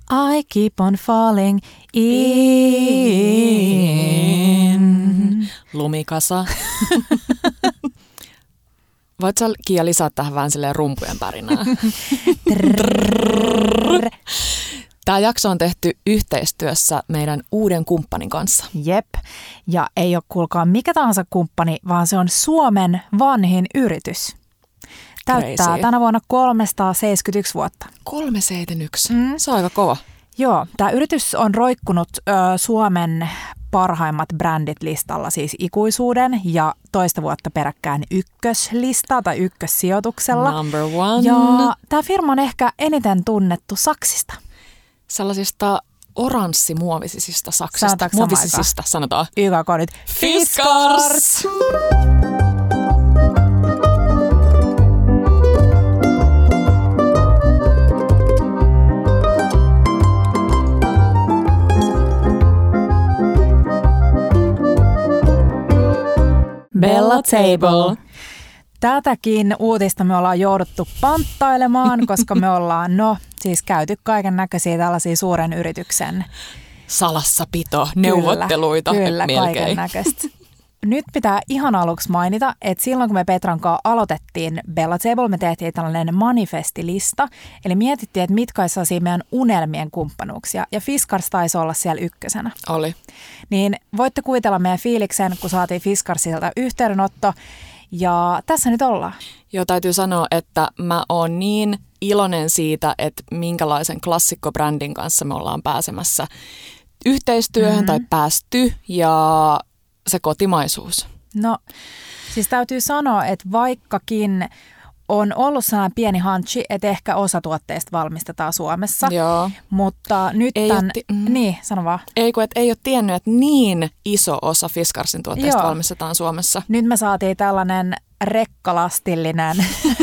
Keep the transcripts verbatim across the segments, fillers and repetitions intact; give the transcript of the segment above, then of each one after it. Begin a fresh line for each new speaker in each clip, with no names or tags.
I keep on falling in.
Lumikasa. Voit sä Kiia lisää tähän vähän silleen rumpujen pärinää? Tämä jakso on tehty yhteistyössä meidän uuden kumppanin kanssa.
Jep, ja ei ole kuulkaa mikä tahansa kumppani, vaan se on Suomen vanhin yritys. Täyttää
Crazy.
tänä vuonna kolmesataaseitsemänkymmentäyksi vuotta.
kolmesataaseitsemänkymmentäyksi.
Mm.
Se on aika kova.
Joo, tämä yritys on roikkunut ö, Suomen parhaimmat brändit listalla siis ikuisuuden ja toista vuotta peräkkäin ykköslistaa tai ykkössijoituksella.
Number one.
Ja tämä firma on ehkä eniten tunnettu saksista.
Sellaisista oranssimuovisista saksista.
Sanotaanko
Muovisista, sanotaan.
Y K K nyt.
Fiskars!
Bella Table. Tätäkin uutista me ollaan jouduttu panttailemaan, koska me ollaan no siis käyty kaiken näköisiä tällaisia suuren yrityksen
Salassapito, neuvotteluita.
Kyllä, kyllä
melkein.
kaiken näköistä. Nyt pitää ihan aluksi mainita, että silloin kun me Petran kanssa aloitettiin Bella Table, me tehtiin tällainen manifestilista. Eli mietittiin, että mitkä olisi sellaisia meidän unelmien kumppanuuksia. Ja Fiskars taisi olla siellä ykkösenä.
Oli.
Niin voitte kuvitella meidän fiiliksen, kun saatiin Fiskarsilta yhteydenotto. Ja tässä nyt ollaan.
Joo, täytyy sanoa, että mä oon niin iloinen siitä, että minkälaisen klassikkobrändin kanssa me ollaan pääsemässä yhteistyöhön mm-hmm. tai päästy ja se kotimaisuus.
No, siis täytyy sanoa, että vaikkakin on ollut sellainen pieni hunchi, että ehkä osa tuotteista valmistetaan Suomessa.
Joo.
Mutta nyt
ei
tämän...
Ti- mm.
Niin, sano vaan.
Ei kun, et ei ole tiennyt, että niin iso osa Fiskarsin tuotteista
Joo.
valmistetaan Suomessa.
Nyt me saatiin tällainen rekkalastillinen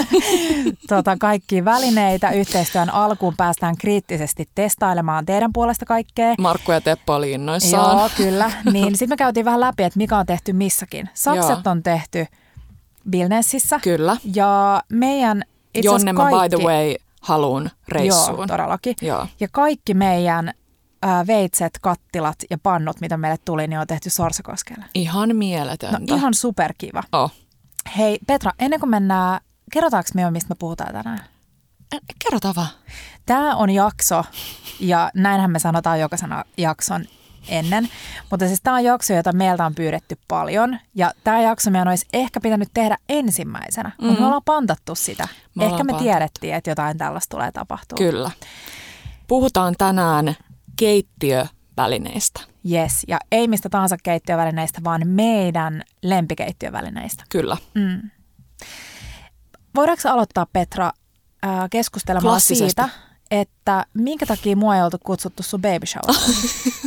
tota, kaikkia välineitä. Yhteistyön alkuun päästään kriittisesti testailemaan teidän puolesta kaikkea.
Markku ja Teppo oli innoissaan.
Joo, kyllä. Niin sitten me käytiin vähän läpi, että mikä on tehty missäkin. Sakset
Joo.
on tehty Vilnessissä.
Kyllä.
Ja meidän itse
Jonne mä
kaikki,
by the way haluun reissuun.
Joo, todellakin.
Joo.
Ja kaikki meidän ää, veitset, kattilat ja pannut, mitä meille tuli, niin on tehty Sorsakoskelle.
Ihan mieletöntä.
No ihan superkiva.
Oh.
Hei Petra, ennen kuin mennään, kerrotaanko me jo, mistä me puhutaan tänään?
Kerrotaan vaan.
Tämä on jakso, ja näinhän me sanotaan jokaisena jakson ennen, mutta siis tämä on jakso, jota meiltä on pyydetty paljon, ja tämä jakso meidän olisi ehkä pitänyt tehdä ensimmäisenä, mm-hmm. mutta me ollaan pantattu sitä.
Me
ehkä me
pantattu.
tiedettiin, että jotain tällaista tulee tapahtua.
Kyllä. Puhutaan tänään keittiövälineistä.
Yes, ja ei mistä tahansa keittiövälineistä, vaan meidän lempikeittiövälineistä.
Kyllä.
Mm. Voidaanko aloittaa, Petra, äh, keskustelemaan siitä, että minkä takia mua ei oltu kutsuttu sun baby shower?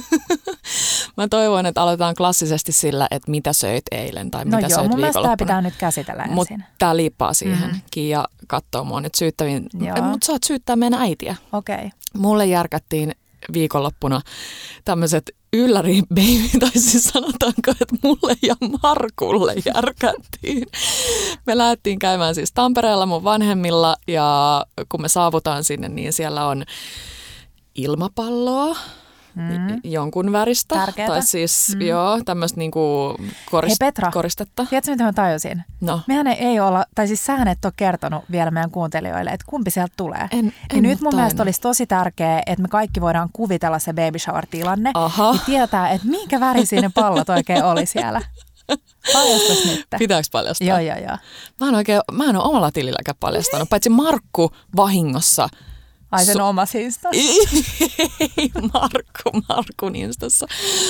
Mä toivon, että aloitetaan klassisesti sillä, että mitä söit eilen tai mitä
no joo,
söit
mun mielestä
viikonloppuna.
tämä pitää nyt käsitellä ensin.
Mutta tää liippaa siihen.
Mm.
Kiia katsoo mua nyt syyttäviin.
Joo.
Mutta saat syyttää meidän äitiä.
Okei. Okay.
Mulle järkättiin viikonloppuna tämmöiset ylläri baby, tai siis sanotaanko, että mulle ja Markulle järkättiin. Me lähdettiin käymään siis Tampereella mun vanhemmilla, ja kun me saavutaan sinne, niin siellä on ilmapalloa, mm. jonkun väristä.
Tärkeätä.
Tai siis,
mm.
joo, tämmöistä niinku korist-
Hei Petra,
koristetta.
tiedätkö mitä mä tajusin?
No.
Mehän ei olla, tai siis sähän et ole kertonut vielä meidän kuuntelijoille, että kumpi sieltä tulee.
En,
ja
en
nyt mun
en.
mielestä olisi tosi tärkeää, että me kaikki voidaan kuvitella se baby shower-tilanne.
Aha.
Ja tietää, että minkä värisiä ne pallot oikein oli siellä. Paljastas nyt.
Pitääkö paljastaa?
Joo, joo, joo.
Mä en oikein, mä en ole omalla tililläkään paljastanut, paitsi Markku vahingossa.
Ai sen
So-
omassa instassa.
Ei, Markku, Markun instassa.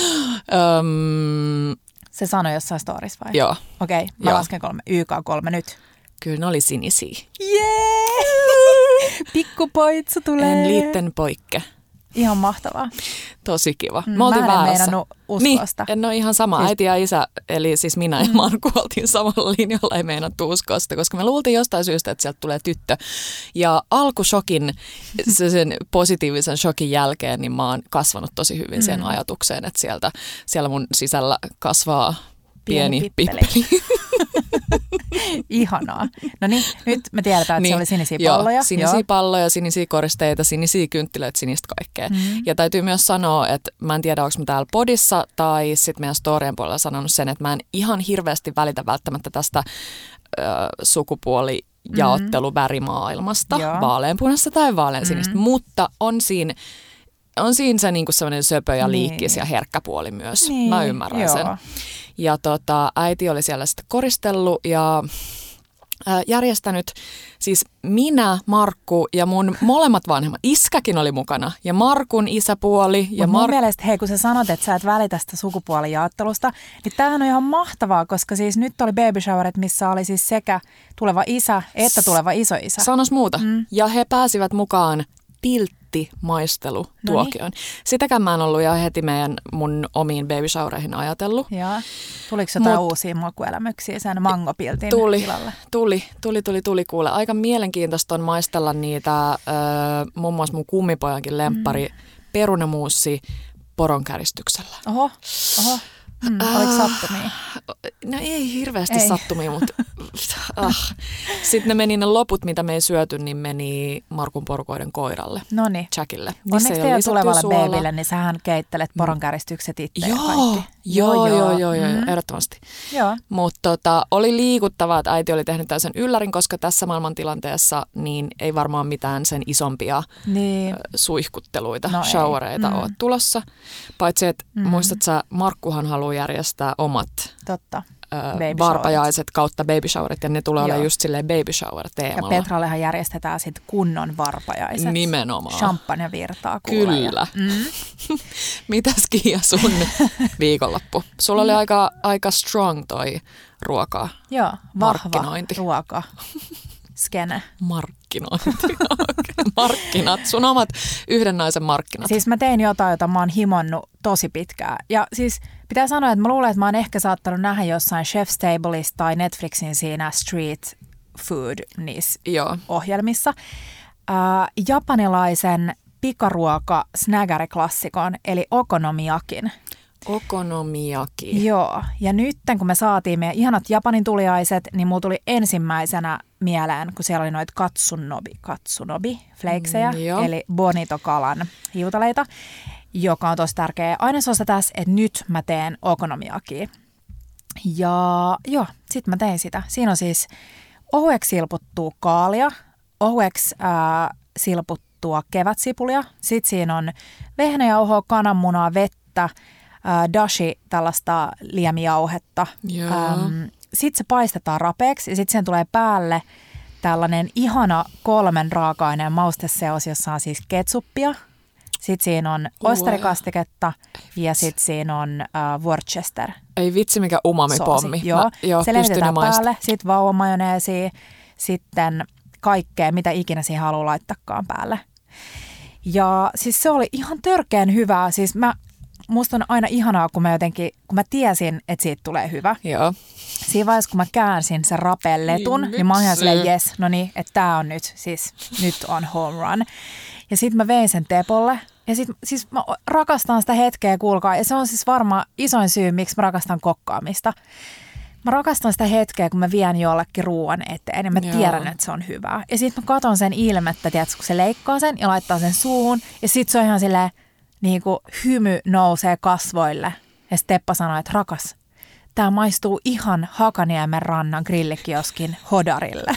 Öm,
Se sanoi jossain stories vai?
joo,
Okei, okay, mä
Joo.
lasken kolme. Y K kolme nyt.
kyllä ne oli sinisiä.
Jee! Pikkupoitsu tulee.
En liitten poikke.
Ihan mahtavaa.
Tosi kiva.
Mm,
Me oltiin
mä en
väärässä.
meinannut uskoa
niin,
sitä.
en ole ihan sama.
Siis-
Äiti ja isä, eli siis minä ja Markku oltiin samalla linjalla, ei meinattu uskoa sitä, koska me luultiin jostain syystä, että sieltä tulee tyttö. Ja alkushokin, se sen positiivisen shokin jälkeen, niin mä oon kasvanut tosi hyvin siihen
Mm.
ajatukseen, että sieltä, siellä mun sisällä kasvaa
Pieni
pieni,
pippeli.
pippeli.
Ihanaa. No niin, nyt me tiedetään, että niin, se oli sinisiä
joo,
palloja.
Sinisiä joo. palloja, sinisiä koristeita, sinisiä kynttilöitä, sinistä kaikkea. Mm-hmm. Ja täytyy myös sanoa, että mä en tiedä, onko mä täällä podissa tai sitten meidän storien puolella sanonut sen, että mä en ihan hirveästi välitä välttämättä tästä ö, sukupuolijaotteluvärimaailmasta, mm-hmm. vaaleanpunaista tai vaaleansinistä, mm-hmm. mutta on siinä On siinä se niinku sellainen söpö ja liikkis niin. ja herkkä puoli myös. Niin, mä ymmärrän joo. sen. Ja tota, äiti oli siellä sitten koristellut ja äh, järjestänyt, siis minä, Markku ja mun molemmat vanhemmat, iskäkin oli mukana ja Markun isäpuoli. Ja
Mar- mun
Mar-
mielestä, hei kun sä sanot, että sä et välitä sitä sukupuolijaottelusta, niin tämähän on ihan mahtavaa, koska siis nyt oli baby showerit, missä oli siis sekä tuleva isä että tuleva isoisä.
Sanos muuta. Mm. Ja he pääsivät mukaan piltti. Maistelutuokioon. Sitäkään mä en ollut ihan heti meidän mun omiin baby showereihin ajatellut.
Joo. Tuliko jotain Mut, uusia makuelämyksiä sen mangopiltin
tuli,
tilalle? Tuli,
tuli, tuli, tuli kuule. Aika mielenkiintoista on maistella niitä, äh, muun muassa mun kummipojankin lemppari, mm. perunamuussi poronkäristyksellä.
Oho, oho. Mm, oliko sattumia?
No ei hirveästi ei. sattumia, mutta ah. Sitten ne meni ne loput, mitä me ei syöty, niin meni Markun porukoiden koiralle,
Noniin.
Jackille.
Onneksi teidän tulevalle babylle, niin sähän keittelet poronkäristykset itse
joo,
ja kaikki.
Joo, joo, joo, joo, joo mm. ehdottomasti. Mutta tota, oli liikuttavaa, että äiti oli tehnyt täysin yllärin, koska tässä maailmantilanteessa niin ei varmaan mitään sen isompia niin. suihkutteluita, no showereita mm. ole tulossa. Paitsi, että mm. muistat sä, Markkuhan haluaa järjestää omat
Totta.
Ö, varpajaiset kautta baby showerit, ja ne tulee olemaan just silleen baby shower teemalla.
Ja Petrallehan järjestetään sitten kunnon varpajaiset.
Nimenomaan.
Champagne virtaa kuulee.
Kyllä. Mm. Mitäs Kiia sun viikonloppu? Sulla oli aika, aika strong toi ruoka.
Joo, vahva ruoka. Skene.
Markkinointi. Okay. Markkinat. Sun omat yhden naisen markkinat.
Siis mä tein jotain, jota mä oon himonnut tosi pitkään. Ja siis pitää sanoa, että mä luulen, että mä oon ehkä saattanut nähdä jossain Chef's Tableissa tai Netflixin siinä Street Food niissä Joo. ohjelmissa. Äh, japanilaisen pikaruoka snägäriklassikon eli okonomiyakin.
Okonomiyaki.
Joo, ja nyt kun me saatiin meidän ihanat Japanin tuliaiset, niin mulla tuli ensimmäisenä mieleen, kun siellä oli noita katsunobi, katsunobi flakesejä, mm, eli bonito-kalan hiutaleita, joka on tosi tärkeä ainesosa tässä, että nyt mä teen okonomiyakia. Ja joo, sit mä tein sitä. Siinä on siis ohueksi silputtua kaalia, ohueksi äh, silputtua kevätsipulia, sit siinä on vehnäjauhoa, kananmunaa, vettä, dashi, tällaista liemijauhetta. Ähm, sitten se paistetaan rapeaksi ja sitten sen tulee päälle tällainen ihana kolmen raaka-aineen mausteseos, jossa on siis ketsuppia. Sitten siinä on oisterikastiketta ja sitten siinä on äh, Worcester.
Ei vitsi, mikä umami-pommi.
Joo, Mä, joo se levitetään päälle. Sitten vauvamajoneesia, sitten kaikkea, mitä ikinä siihen haluaa laittaakaan päälle. Ja siis se oli ihan törkeän hyvää. Siis mä Musta on aina ihanaa, kun mä jotenkin, kun mä tiesin, että siitä tulee hyvä.
Joo.
Siinä vaiheessa, kun mä käänsin sen rapelletun, niin, niin mä oon ihan silleen, jes, no niin, että tää on nyt, siis nyt on home run. Ja sit mä vein sen Tepolle. Ja sit siis mä rakastan sitä hetkeä, kuulkaa. Ja se on siis varmaan isoin syy, miksi mä rakastan kokkaamista. Mä rakastan sitä hetkeä, kun mä vien jollekin ruoan eteen ja mä Joo. tiedän, että se on hyvää. Ja sit mä katon sen ilmettä, tiedätkö, kun se leikkaa sen ja laittaa sen suuhun. Ja sit se on ihan silleen, niin kuin hymy nousee kasvoille. Ja Teppa sanoi, että rakas, tää maistuu ihan Hakaniemen rannan grillikioskin hodarille.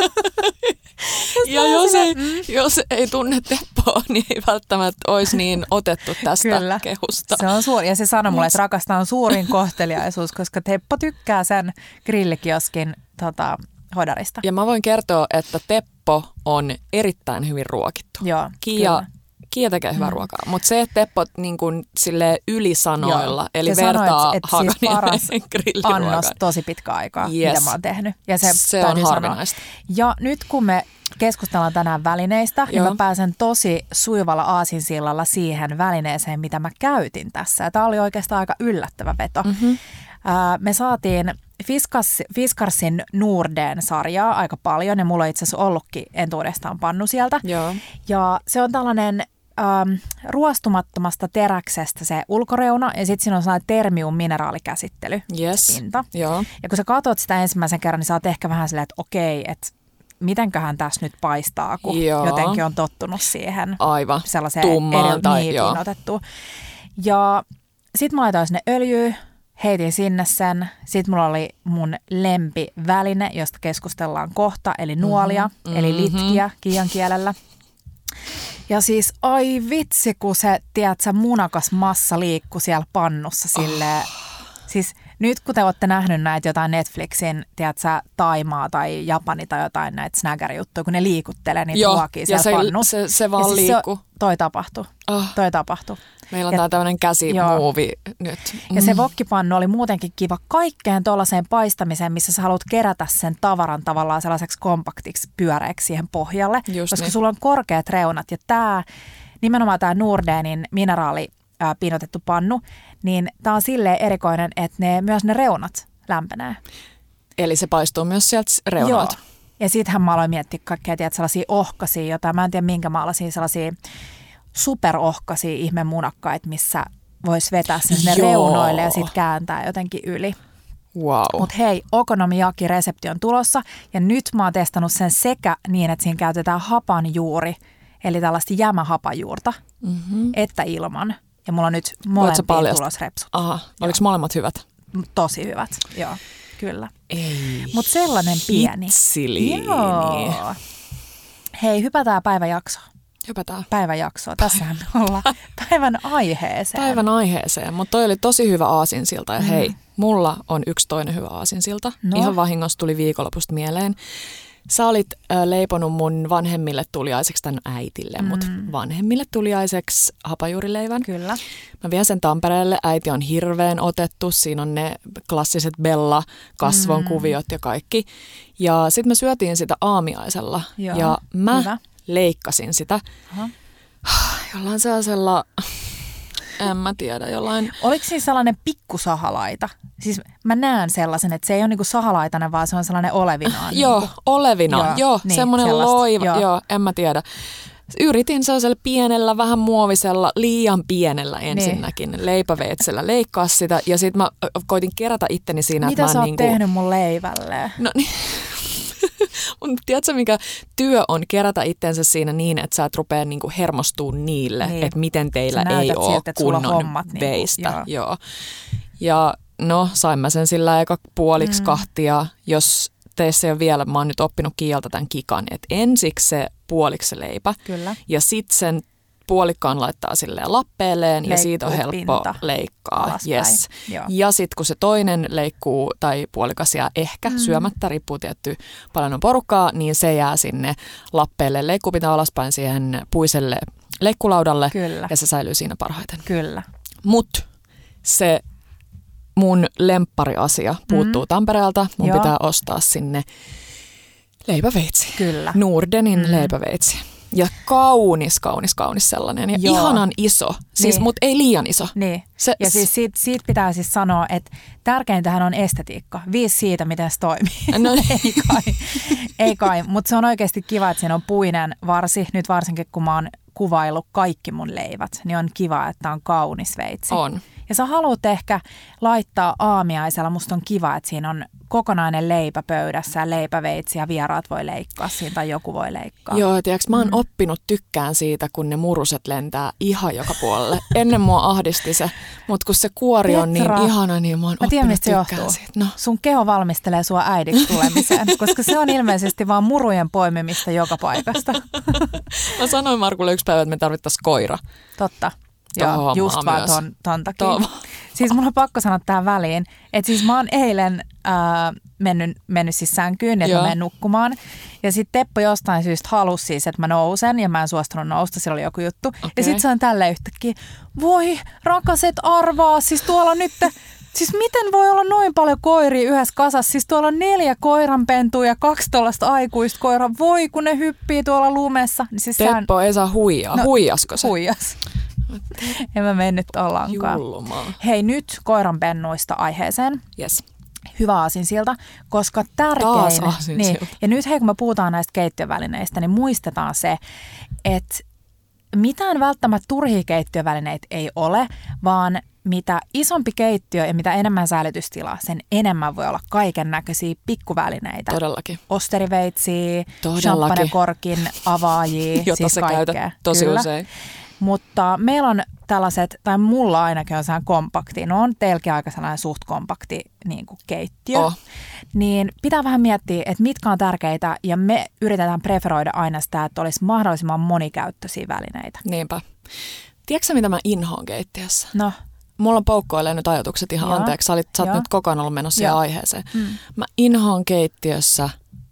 Ja jos ei, mm. jos ei tunne Teppoa, niin ei välttämättä olisi niin otettu tästä Kyllä. kehusta.
Se on suuri. Ja se sanoi mulle, että rakasta on suurin kohteliaisuus, koska Teppo tykkää sen grillikioskin tota, hodarista.
Ja mä voin kertoa, että Teppo on erittäin hyvin ruokittu.
Joo,
Kiia,
kyllä.
Kiia tekee hyvää mm. ruokaa, mutta se, että Teppo niin kuin silleen ylisanoilla, Joo. eli se vertaa Hakaniemen siis grilliruokaa.
Annos tosi pitkä aikaa, yes. mitä mä oon tehnyt. Ja se,
se on harvinaista.
Ja nyt kun me keskustellaan tänään välineistä, Joo. niin mä pääsen tosi sujuvalla aasinsillalla siihen välineeseen, mitä mä käytin tässä. Ja tää oli oikeastaan aika yllättävä veto. Mm-hmm. Me saatiin Fiskars, Fiskarsin Norden-sarjaa aika paljon, ja mulla on itse asiassa ollutkin entuudestaan pannu sieltä.
Joo.
Ja se on tällainen ähm, ruostumattomasta teräksestä se ulkoreuna ja sitten siinä on sellainen termium mineraalikäsittely,
yes.
se pinta.
Joo.
Ja kun sä katsot sitä ensimmäisen kerran, niin sä oot ehkä vähän silleen, että okei, että mitenköhän tässä nyt paistaa, kun joo. jotenkin on tottunut siihen.
Aivan.
Sellaiseen
tummaan tai
eri,
joo.
otettu. Ja sitten mä laitoin sinne öljyä, heitin sinne sen. Sitten mulla oli mun lempiväline, josta keskustellaan kohta, eli nuolia, mm-hmm. eli litkiä kiian kielellä. Ja siis, ai vitsi, kun se, tiedätkö, munakas massa liikkui siellä pannussa silleen. Oh. Siis nyt kun te olette nähnyt näitä jotain Netflixin, tiedätkö, Taimaa tai Japani tai jotain näitä snägärijuttuja, kun ne liikuttelee niitä
joo,
ruokia siellä
se,
pannussa.
Se, se vaan siis liikkuu.
Toi tapahtui. Oh. Toi tapahtui.
Meillä on tää tämmöinen käsimuovi nyt. Mm.
Ja se wokkipannu oli muutenkin kiva kaikkeen tuollaiseen paistamiseen, missä sä haluat kerätä sen tavaran tavallaan sellaiseksi kompaktiksi pyöreäksi siihen pohjalle. Just koska niin. Sulla on korkeat reunat ja tää, nimenomaan tää Nordenin mineraali ää, piinotettu pannu, niin tää on silleen erikoinen, että ne, myös ne reunat lämpenee.
Eli se paistuu myös sieltä reunalta.
Joo. Ja siitähän mä aloin miettiä kaikkea, tiedät, sellaisia ohkaisia, jotain, mä en tiedä minkä maalaisia, sellaisia superohkaisia ihmemunakkaita, missä voisi vetää sen sinne reunoille ja sitten kääntää jotenkin yli.
Wow.
Mutta hei, okonomiyaki-resepti on tulossa ja nyt mä oon testannut sen sekä niin, että siinä käytetään hapanjuuri, eli tällaista jämähapajuurta, mm-hmm. että ilman. Ja mulla on nyt molempia tulosrepsut.
Aha, oliko molemmat hyvät?
Tosi hyvät, joo, kyllä.
Ei.
Mutta sellainen pieni.
Hitsiliini.
Joo. Hei, hypätään päiväjaksoon.
Hypätään.
Päiväjaksoa. Tässähän me ollaan päivän aiheeseen.
Päivän aiheeseen, mutta toi oli tosi hyvä aasinsilta. Ja mm. hei, mulla on yksi toinen hyvä aasinsilta. No. Ihan vahingossa tuli viikonlopusta mieleen. Sä olit äh, leiponut mun vanhemmille tuliaiseksi, tämän äitille, mm. mutta vanhemmille tuliaiseksi hapajuurileivän.
Kyllä.
Mä vien sen Tampereelle. Äiti on hirveän otettu. Siinä on ne klassiset Bella-kasvon mm. kuviot ja kaikki. Ja sitten me syötiin sitä aamiaisella. Joo, ja mä hyvä. leikkasin sitä. Aha. Jollain sellaisella, en mä tiedä, jollain...
Oliko siinä sellainen pikkusahalaita? Siis mä näen sellaisen, että se ei ole niinku sahalaitainen, vaan se on sellainen olevina.
Joo,
niinku.
olevina. Joo, joo niin, semmoinen sellaista. loiva. Joo. joo, en mä tiedä. Yritin sellaisella pienellä, vähän muovisella, liian pienellä ensinnäkin niin. leipäveitsellä leikkaa sitä. Ja sitten mä koitin kerätä itteni siinä,
mitä
että mä
sä oot
niinku...
tehnyt mun leivälle?
No niin. Tiedätkö, mikä työ on kerätä itsensä siinä niin, että sä et rupea niinku hermostumaan niille, niin. että miten teillä ei ole siltä, kunnon veistä. Niinku, joo. Joo. Ja no, sain mä sen sillä eka puoliksi mm. kahtia, jos teissä ei ole vielä, mä oon nyt oppinut kieltä tämän kikan, että ensiksi se puoliksi se leipä
Kyllä.
ja sitten sen puolikkaan laittaa silleen lappeelleen ja siitä on helppo pinta. leikkaa. Yes. Ja sitten kun se toinen leikkuu tai puolikas jää ehkä mm. syömättä, riippuu tietty paljon on porukkaa, niin se jää sinne lappeelle leikkupinta alaspäin siihen puiselle leikkulaudalle Kyllä. ja se säilyy siinä parhaiten.
Kyllä.
Mut se mun lemppariasia puuttuu mm. Tampereelta. Mun Joo. pitää ostaa sinne leipäveitsi.
Kyllä.
Nordenin mm. leipäveitsi. Ja kaunis, kaunis, kaunis sellainen. Ja Joo. ihanan iso, siis, niin. mutta ei liian iso.
Niin. Se, ja siis siitä, siitä pitää siis sanoa, että tärkeintähän on estetiikka. Viisi siitä, miten se toimii. No. ei kai, ei kai. Mutta se on oikeasti kiva, että siinä on puinen varsi. Nyt varsinkin, kun mä oon kuvaillut kaikki mun leivät, niin on kiva, että on kaunis veitsi.
On.
Ja sä haluat ehkä laittaa aamiaisella, musta on kiva, että siinä on kokonainen leipä pöydässä ja leipäveitsi ja vieraat voi leikkaa siinä tai joku voi leikkaa.
Joo, tiedätkö, mä oon mm. oppinut tykkään siitä, kun ne muruset lentää ihan joka puolelle. Ennen mua ahdisti se, mutta kun se kuori Petra. on niin ihana, niin mä oon mä tiedän, oppinut tykkään johtuu. siitä. No.
Sun keho valmistelee sua äidiksi tulemiseen, koska se on ilmeisesti vaan murujen poimimista joka paikasta.
Mä sanoin Markulle yksi päivä, että me tarvittaisiin koira.
Totta. Joo, just vaan ton, ton takia. To- siis mun on pakko sanoa tähän väliin, että siis mä oon eilen äh, mennyt, mennyt siis sänkyyn, että mä menen nukkumaan. Ja sitten Teppo jostain syystä halusi siis, että mä nousen ja mä en suostunut nousta, sillä oli joku juttu. Okay. Ja sitten se on tälleen yhtäkkiä, voi rakas et arvaa, siis tuolla nyt, siis miten voi olla noin paljon koiria yhdessä kasassa? Siis tuolla on neljä koiranpentua ja kaksi tuollaista aikuista koiraa, voi kun ne hyppii tuolla lumessa. Niin siis
Teppo
sään...
ei saa huijaa, no, huijasko se?
Huijas. En mä mennyt ollenkaan.
Julmaa.
Hei, nyt koiranpennuista aiheeseen.
Yes.
Hyvä aasinsilta, koska tärkein... Niin, ja nyt hei, kun me puhutaan näistä keittiövälineistä, niin muistetaan se, että mitään välttämättä turhia keittiövälineitä ei ole, vaan mitä isompi keittiö ja mitä enemmän säilytystilaa, sen enemmän voi olla kaiken näköisiä pikkuvälineitä.
Todellakin.
Osteriveitsiä, champagnekorkin avaajia,
jota
siis
sä
kaikkea.
käytät tosi
Kyllä.
usein.
Mutta meillä on tällaiset, tai mulla ainakin on sellainen kompakti, no on teilläkin aika sellainen suht kompakti niin kuin keittiö,
Oh.
niin pitää vähän miettiä, että mitkä on tärkeitä, ja me yritetään preferoida aina sitä, että olisi mahdollisimman monikäyttöisiä välineitä.
Niinpä. Tiedätkö sä, mitä mä inhoon keittiössä?
No.
Mulla poukkoilee nyt ajatukset ihan
Joo.
anteeksi. Sä, olit, sä oot
Joo.
nyt koko ajan ollut menossa siihen
Joo.
aiheeseen.
Mm.
Mä inhoon keittiössä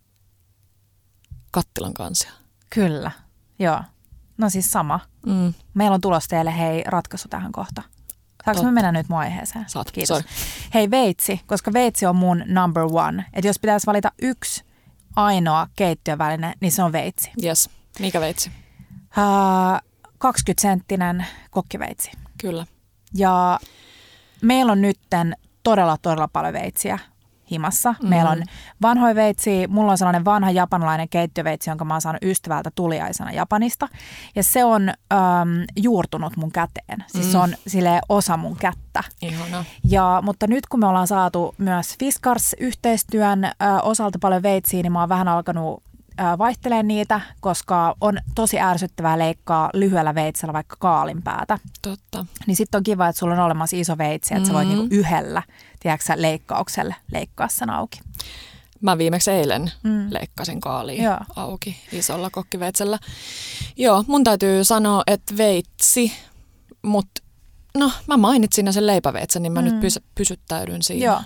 kattilan kansia.
Kyllä, joo. No siis sama.
Mm.
Meillä on tulossa teille hei ratkaisu tähän kohtaan. Saanko
Totta.
me mennä nyt mun aiheeseen?
Saat,
Kiitos.
sorry.
Hei veitsi, koska veitsi on mun number one. Että jos pitäisi valita yksi ainoa keittiöväline, niin se on veitsi.
Yes. Mikä veitsi?
Uh, kaksikymmentä senttinen kokkiveitsi.
Kyllä.
Ja meillä on nytten todella, todella paljon veitsiä himassa. Mm. Meillä on vanhoja veitsiä. Mulla on sellainen vanha japanilainen keittiöveitsi, jonka mä oon saanut ystävältä tuliaisena Japanista. Ja se on äm, juurtunut mun käteen. Siis mm. se on silleen osa mun kättä.
Ihana.
Ja, mutta nyt kun me ollaan saatu myös Fiskars-yhteistyön äh, osalta paljon veitsiä, niin mä oon vähän alkanut äh, vaihtelemaan niitä, koska on tosi ärsyttävää leikkaa lyhyellä veitsellä vaikka kaalin päätä.
Totta.
Niin sitten on kiva, että sulla on olemassa iso veitsi, että sä voit niinku yhdellä, tiedätkö, leikkaukselle leikkaa sen auki.
Mä viimeksi eilen
Mm.
leikkasin kaaliin
Joo.
auki isolla kokkiveitsellä. Joo, mun täytyy sanoa, että veitsi, mutta no mä mainitsin jo sen leipäveitsen, niin mä
Mm.
nyt pysy- pysyttäydyn siinä.
Joo.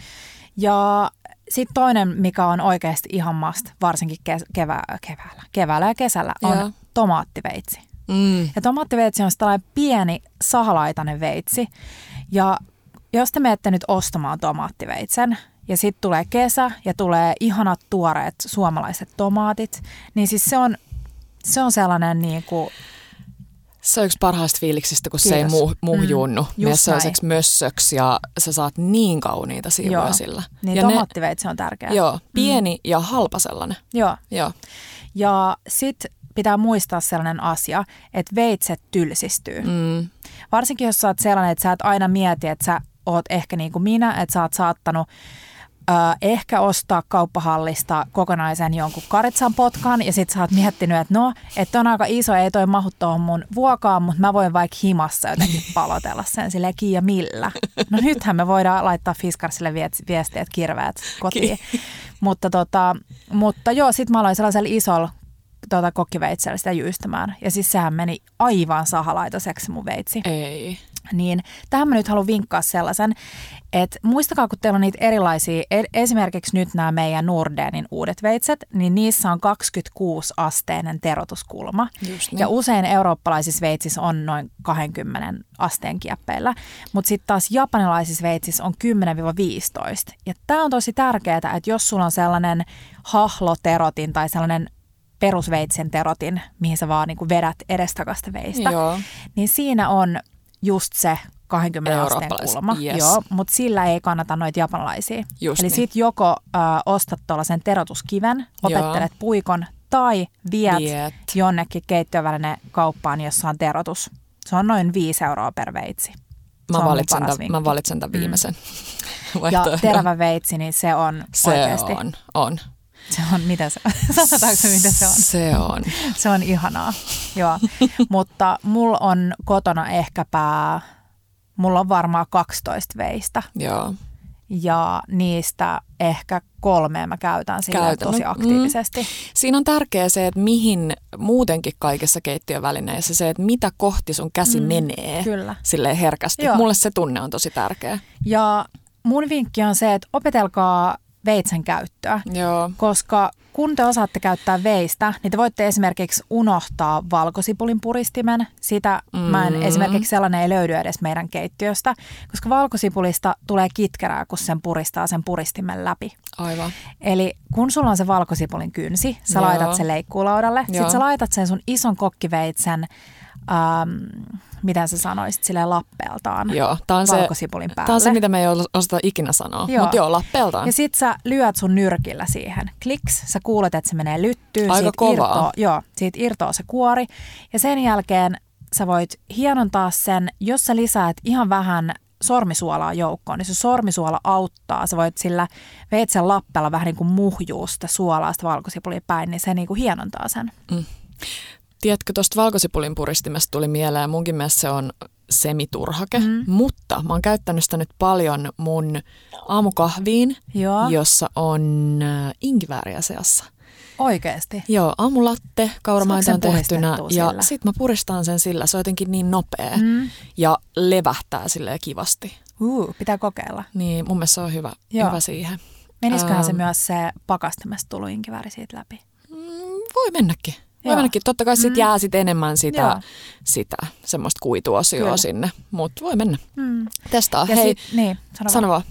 Ja sitten toinen, mikä on oikeasti ihan must, varsinkin kes- kevää- keväällä, keväällä ja kesällä, on
Joo.
tomaattiveitsi.
Mm.
Ja tomaattiveitsi on tällainen pieni sahalaitainen veitsi. Ja jos te menette nyt ostamaan tomaattiveitsen ja sitten tulee kesä ja tulee ihanat tuoreet suomalaiset tomaatit, niin siis se on, se on sellainen niin kuin...
Se on yksi parhaista fiiliksistä, kun
Kiitos.
se ei muh, muhjunnu.
Mm,
Mene
just
sellaiseksi mössöksi ja sä saat niin kauniita siivuja
Joo.
sillä.
Niin
ja
tomaattiveitsi on tärkeä.
Joo, pieni mm. ja halpa sellainen.
Joo.
Joo.
Ja sitten pitää muistaa sellainen asia, että veitset tylsistyy.
Mm.
Varsinkin jos sä oot sellainen, että sä et aina mieti, että sä oot ehkä niin kuin minä, että sä oot saattanut äh, ehkä ostaa kauppahallista kokonaisen jonkun karitsan potkan ja sit sä oot miettinyt, että no, että on aika iso, ei toi mahu tuohon mun vuokaan, mutta mä voin vaikka himassa jotenkin palotella sen silleen kiinni ja millä. No nythän me voidaan laittaa Fiskarsille viestiä, että kirveät kotiin. mutta, tota, mutta joo, sit mä aloin sellaisella isolla Tuota, kokkiveitsellä sitä jyystämään. Ja siis sehän meni aivan sahalaitoseksi mun veitsi.
Ei.
Niin tähän mä nyt haluan vinkkaa sellaisen, että muistakaa, kun teillä on niitä erilaisia, esimerkiksi nyt nämä meidän Nordenin uudet veitset, niin niissä on kaksikymmentäkuusi asteinen terotuskulma.
Just niin.
Ja usein eurooppalaisissa veitsissä on noin kaksikymmentä asteen kieppeillä, mutta sitten taas japanilaisissa veitsissä on kymmenen viisitoista. Ja tämä on tosi tärkeää, että jos sulla on sellainen hahloterotin tai sellainen perusveitsen terotin, mihin sä vaan niin kuin vedät edestakasta veistä,
Joo.
niin siinä on just se kaksikymmentä asteen kulma,
yes.
joo, mutta sillä ei kannata noita japanilaisia.
Just
Eli
niin.
sit joko äh, ostat tuollaisen terotuskiven, opettelet
Joo.
puikon tai viet,
Viet.
jonnekin keittiövälinen kauppaan, jossa on terotus. Se on noin viisi euroa per veitsi. Se
Mä
on mun
valitsen,
paras
tämän,
vinkki.
mä valitsen tämän viimeisen
Ja
vaihtoehdon.
terävä veitsi, niin se on
Se
oikeasti.
on, on.
Se on, mitä se on? Sanotaanko se, mitä se on?
Se on.
Se on ihanaa, joo. Mutta mulla on kotona ehkäpä, mulla on varmaan kaksitoista veistä.
Joo.
Ja niistä ehkä kolmea mä käytän silleen
Käytän.
tosi
No,
aktiivisesti.
Mm. Siinä on tärkeää se, että mihin muutenkin kaikessa keittiövälineissä se, että mitä kohti sun käsi
Mm,
menee
kyllä.
silleen herkästi.
Joo.
Mulle se tunne on tosi tärkeä.
Ja mun vinkki on se, että opetelkaa veitsen käyttöä,
Joo.
koska kun te osaatte käyttää veistä, niin te voitte esimerkiksi unohtaa valkosipulin puristimen. Sitä mm. mä en, esimerkiksi sellainen ei löydy edes meidän keittiöstä, koska valkosipulista tulee kitkerää, kun sen puristaa sen puristimen läpi.
Aivan.
Eli kun sulla on se valkosipulin kynsi, sä
Joo.
laitat sen leikkuulaudalle,
Joo.
sit sä laitat sen sun ison kokkiveitsen, ähm, miten sä sanoisit silleen lappeeltaan
joo, tää on
valkosipulin
se,
päälle.
Tää on se, mitä me ei osata ikinä sanoa, mutta joo, lappeeltaan.
Ja sit sä lyöt sun nyrkillä siihen. Kliks, sä kuulet, että se menee lyttyyn.
Aika
siitä
kovaa.
Irtoaa, joo, siitä irtoaa se kuori. Ja sen jälkeen sä voit hienontaa sen, jos sä lisäät ihan vähän sormisuolaa joukkoon, niin se sormisuola auttaa. Sä voit sillä veitsen lappella vähän niin kuin muhjuu sitä suolaa, sitä valkosipulia päin, niin se niin kuin hienontaa sen.
Mm. Tiedätkö, tuosta valkosipulin puristimesta tuli mieleen, munkin mielestä se on semiturhake, mm. mutta mä oon käyttänyt sitä nyt paljon mun aamukahviin, joo. jossa on inkivääriä seassa.
Oikeesti?
Joo, aamulatte, kauramaitoon tehtynä ja sit mä puristan sen sillä, se on jotenkin niin nopea mm. ja levähtää silleen kivasti.
Uh, pitää kokeilla.
Niin, mun mielestä se on hyvä, hyvä siihen.
Menisiköhän ähm. se myös se pakastimesta tullut inkivääri siitä läpi?
Mm, voi mennäkin. Voi Joo. mennäkin. Totta kai sit mm. jää sit enemmän sitä, sitä semmoista kuituosioa Kyllä. sinne, mutta voi mennä. Mm. Testaa. Ja Hei, sit, niin, sano, sano vaan.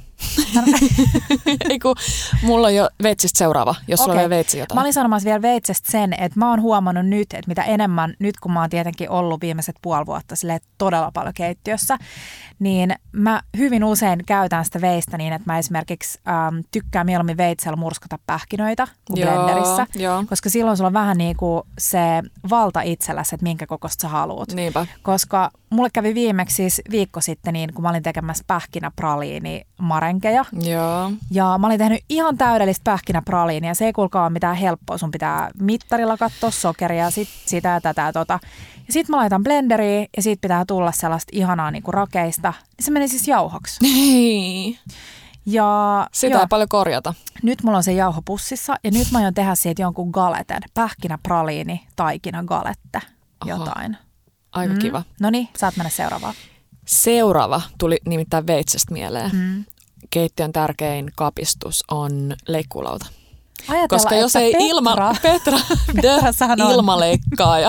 Ei kun mulla on jo veitsistä seuraava, jos okay. sulla on vielä veitsi jotain.
Mä olin sanomassa vielä veitsestä sen, että mä oon huomannut nyt, että mitä enemmän, nyt kun mä oon tietenkin ollut viimeiset puoli vuotta silleen todella paljon keittiössä, niin mä hyvin usein käytän sitä veistä niin, että mä esimerkiksi äm, tykkään mieluummin veitsellä murskata pähkinöitä kuin
joo,
blenderissä,
jo.
koska silloin sulla on vähän niin kuin se valta itselläsi, että minkä kokoista sä haluut.
Niinpä.
Koska mulle kävi viimeksi siis viikko sitten niin, kun mä olin tekemässä pähkinäpraliini marenkeja.
Joo.
Ja mä olin tehnyt ihan täydellistä pähkinäpraliinia. Se ei kuulkaa ole mitään helppoa. Sun pitää mittarilla katsoa sokeria, sit sitä ja tätä ja tota. Ja sit mä laitan blenderiin ja siitä pitää tulla sellaista ihanaa niinku rakeista. Se meni siis jauhoksi.
Hei.
Ja
sitä ei paljon korjata.
Nyt mulla on se jauho pussissa ja nyt mä aion tehdä siitä jonkun galeten. Pähkinäpraliini, taikina, galette, jotain.
Aika mm. kiva.
Noniin, saat mennä seuraavaan.
Seuraava tuli nimittäin veitsestä mieleen.
Mm.
Keittiön tärkein kapistus on leikkuulauta.
Ajatella,
koska jos ei
Petra,
ilma, Petra,
Petra
ilmaleikkaaja,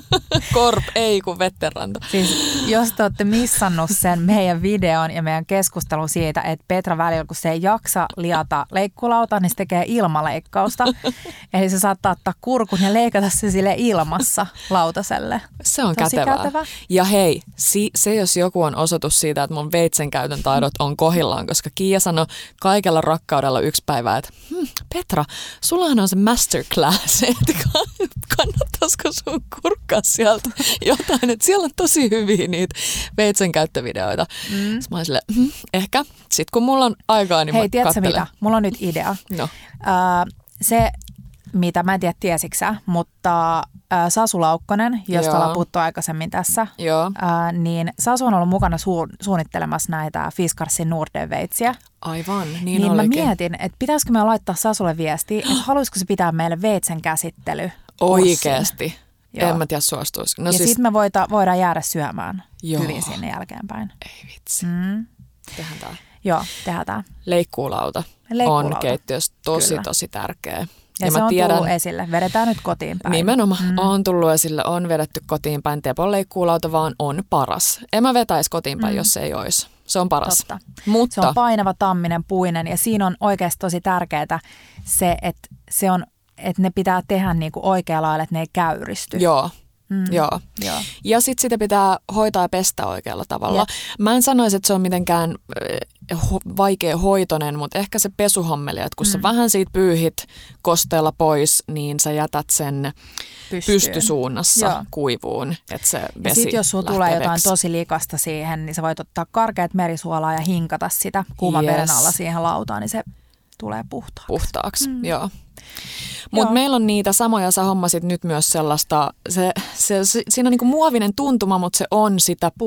korp ei kun vetteranta.
Siis jos te olette missannut sen meidän videon ja meidän keskustelun siitä, että Petra välillä kun se ei jaksa liata leikkulauta, niin se tekee ilmaleikkausta. Eli se saattaa ottaa kurkun ja leikata se sille ilmassa lautaselle.
Se on
Tosi
kätevää.
kätevä.
Ja hei, si- se jos joku on osoitus siitä, että mun veitsen käytön taidot on kohillaan, koska Kiia sanoi kaikella rakkaudella yksi päivä, että hm, Petra, sullahan on se masterclass, että kannattaisiko sun kurkkaa sieltä jotain, että siellä on tosi hyviä niitä veitsen käyttövideoita. Mm. Sitten mä olin silleen, hm, ehkä, sit kun mulla on aikaa, niin
Hei,
mä
tiedätkö
katselen.
mitä? Mulla on nyt idea.
No.
Uh, se, mitä mä en tiedä tiesiksä, mutta uh, Sasu Laukkonen, josta
Joo.
ollaan puhuttu aikaisemmin tässä,
Joo.
Uh, niin Sasu on ollut mukana su- suunnittelemassa näitä Fiskarsin Norden-veitsiä.
Aivan, niin,
Niin
olikin.
mä mietin, että pitäisikö me laittaa Sasulle viestiä, että haluaisiko se pitää meille veitsen käsittely.
Oikeesti.
Joo.
En mä tiedä suostuisi. No
ja
siis...
sitten me voita, voidaan jäädä syömään
Joo.
hyvin sinne jälkeenpäin.
Ei vitsi.
Mm.
Tehdään tää.
Joo, tehdään tää.
Leikkuulauta,
Leikkuulauta.
on keittiössä tosi,
Kyllä.
tosi tärkeä.
Ja,
ja
se
mä
on
tiedän,
tullut esille. Vedetään nyt kotiin päin.
Nimenomaan.
Mm.
On tullut esille, on vedetty kotiin päin. Tepon leikkuulauta vaan on paras. En mä vetäisi kotiin päin, mm. jos se ei olisi. Se on paras.
Totta.
Mutta...
Se on painava, tamminen, puinen ja siinä on oikeasti tosi tärkeää se, että, se on, että ne pitää tehdä niinku oikealla lailla, että ne ei käyristy.
Joo.
Mm.
Joo.
Joo.
Ja sitten sitä pitää hoitaa ja pestä oikealla tavalla.
Jep.
Mä en sanoisi, että se on mitenkään äh, ho- vaikea hoitonen, mutta ehkä se pesuhommeli, että kun mm. sä vähän siitä pyyhit kosteella pois, niin sä jätät sen
Pystyyn.
pystysuunnassa
Joo.
kuivuun, että se vesi
ja sitten jos sulla tulee
lähtee
jotain
veksi.
tosi likasta siihen, niin sä voit ottaa karkeat merisuolaa ja hinkata sitä kuuman
Yes.
veden alla siihen lautaan, niin se tulee puhtaaksi.
Puhtaaksi, mm. joo.
Joo.
Mutta meillä on niitä samoja, sä hommasit nyt myös sellaista, se, se, se, siinä on niinku muovinen tuntuma, mutta se on sitä puu,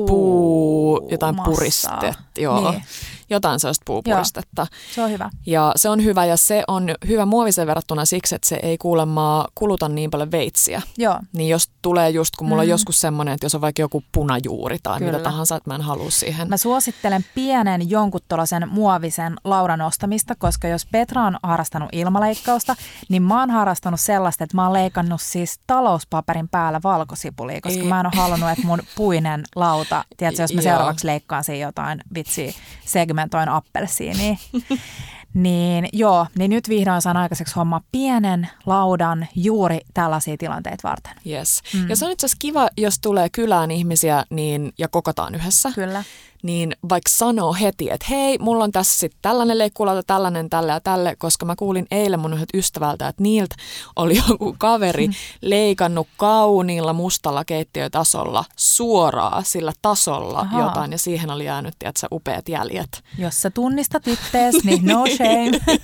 Puu
jotain
massaa.
puristetta, joo,
Niin.
jotain sellaista puupuristetta.
Se on hyvä.
Ja se on hyvä ja se on hyvä muoviseen verrattuna siksi, että se ei kuulemma kuluta niin paljon veitsiä.
Joo.
Niin jos tulee just, kun mulla
Mm.
on joskus semmoinen, että jos on vaikka joku punajuuri tai
Kyllä.
mitä tahansa, että mä en halua siihen.
Mä suosittelen pienen jonkun tuollaisen muovisen laudan ostamista, koska jos Petra on harrastanut ilmaleikkausta, niin mä oon harrastanut sellaista, että mä oon leikannut siis talouspaperin päällä valkosipulia, koska
Ei.
mä en ole halunnut, että mun puinen lauta, tiedätkö, jos mä
Joo.
seuraavaksi leikkaan siinä jotain, vitsi, segmentoin appelsiiniä, Niin joo, niin nyt vihdoin saan aikaiseksi homma pienen laudan juuri tällaisia tilanteita varten.
Yes. Mm. Ja se on itse asiassa kiva, jos tulee kylään ihmisiä niin, ja kokotaan yhdessä.
Kyllä.
Niin vaikka sanoo heti, että hei, mulla on tässä sitten tällainen leikkuulauta, tällainen, tälle ja tälle, koska mä kuulin eilen mun yhdeltä ystävältä, että niiltä oli joku kaveri mm. leikannut kauniilla mustalla keittiötasolla suoraan sillä tasolla Aha. jotain, ja siihen oli jäänyt, tiedätkö, upeat jäljet.
Jos sä tunnistat ittees, niin no shame.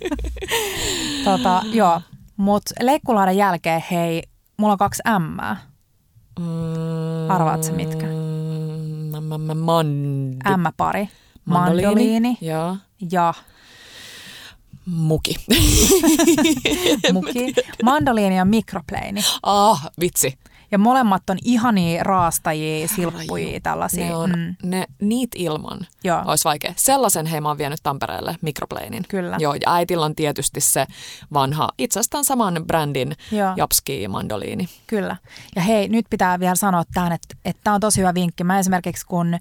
tota, joo, mutta leikkuulaudan jälkeen, hei, mulla on kaksi ämmää.
Mm.
Arvaat sä mitkä?
Mand-
Ämmäpari, mandoliini, mandoliini
ja,
ja
muki.
muki. Mandoliini ja mikropleini.
Ah, vitsi.
Ja molemmat on ihania raastajia, silppujia, tällaisia.
Ne on, mm. ne, niitä ilman
Joo.
olisi vaikea. Sellaisen hei mä oon vienyt Tampereelle, mikropleinin.
Kyllä.
Joo, ja äitillä on tietysti se vanha, itse asiassa saman brändin
Joo.
japski mandoliini.
Kyllä. Ja hei, nyt pitää vielä sanoa tähän, että, että tämä on tosi hyvä vinkki. Mä esimerkiksi kun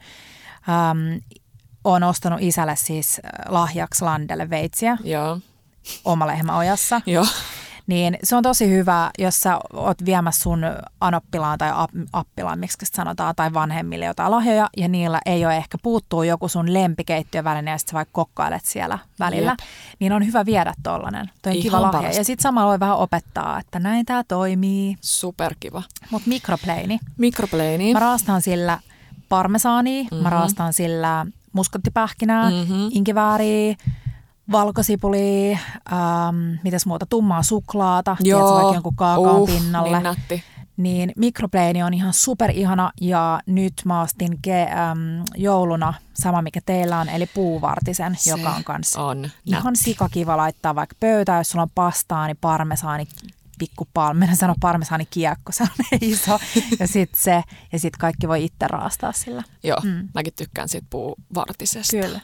äm, oon ostanut isälle siis lahjaksi Landelle veitsiä
Joo.
oma lehmäojassa.
Joo.
Niin se on tosi hyvä, jos sä oot viemässä sun anoppilaan tai appilaan, miksi sanotaan, tai vanhemmille jotain lahjoja, ja niillä ei ole ehkä puuttuu joku sun lempikeittiöväline, ja sitten sä vaikka kokkailet siellä välillä, Jep. niin on hyvä viedä tollanen. Toi on Ihan kiva lahja. Parasta. Ja sitten samalla voi vähän opettaa, että näin tää toimii.
Superkiva.
Mutta mikropleini.
Mikropleini.
Mä raastan sillä parmesaania, mm-hmm. mä raastan sillä muskottipähkinää, mm-hmm. inkivääriä, valkosipulia, ähm, mitäs muuta, tummaa suklaata, tiedätkö, vaikka jonkun kaakaon
uh,
pinnalle.
Niin nätti.
Niin mikropleini on ihan superihana ja nyt mä ostin ke, äm, jouluna sama mikä teillä on, eli puuvartisen, Se joka on kanssa
on
ihan sikakiva laittaa vaikka pöytään, jos sulla on pastaa, niin parmesaani, pikku palme, minä sanon parmesaani kiekko, se on iso, ja sitten se, ja sitten kaikki voi itse raastaa sillä.
Joo, mm. mäkin tykkään siitä puuvartisesta.
Kyllä.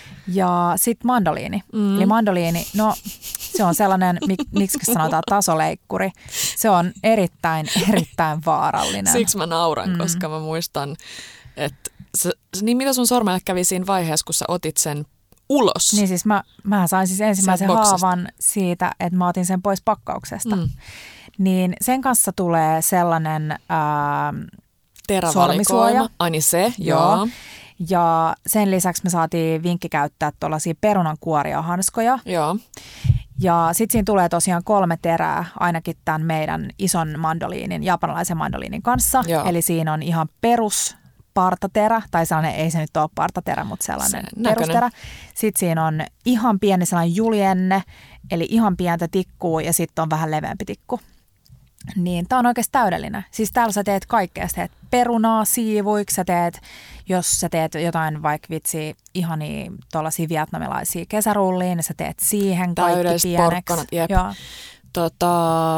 Ja sitten mandoliini. Mm. Eli mandoliini, no se on sellainen, mik, miksi sanotaan tasoleikkuri. Se on erittäin, erittäin vaarallinen.
Siksi mä nauran, mm. koska mä muistan, että se, niin mitä sun sormelle kävi siinä vaiheessa, kun sä otit sen ulos?
Niin siis mä, mä sain siis ensimmäisen haavan siitä, että mä otin sen pois pakkauksesta. Mm. Niin sen kanssa tulee sellainen ää, sormisuoja.
Ai niin se, joo. joo.
Ja sen lisäksi me saatiin vinkki käyttää tuollaisia perunankuoria hanskoja.
Joo.
Ja sitten siinä tulee tosiaan kolme terää ainakin tämän meidän ison mandoliinin, japanilaisen mandoliinin kanssa. Joo. Eli siinä on ihan perus partaterä, tai sellainen, ei se nyt ole partaterä, mutta sellainen se perusterä. Sitten siinä on ihan pieni sellainen julienne, eli ihan pientä tikkua ja sitten on vähän leveämpi tikku. Niin tämä on oikeasti täydellinen. Siis täällä sä teet kaikkea. Sä teet perunaa siivuiksi, sä teet, jos sä teet jotain vaikka vitsi ihania tuollaisia vietnamilaisia kesärulliin, niin sä teet siihen kaikki
Täydelliset
pieneksi.
Porkkanat, jep. Joo. Tota,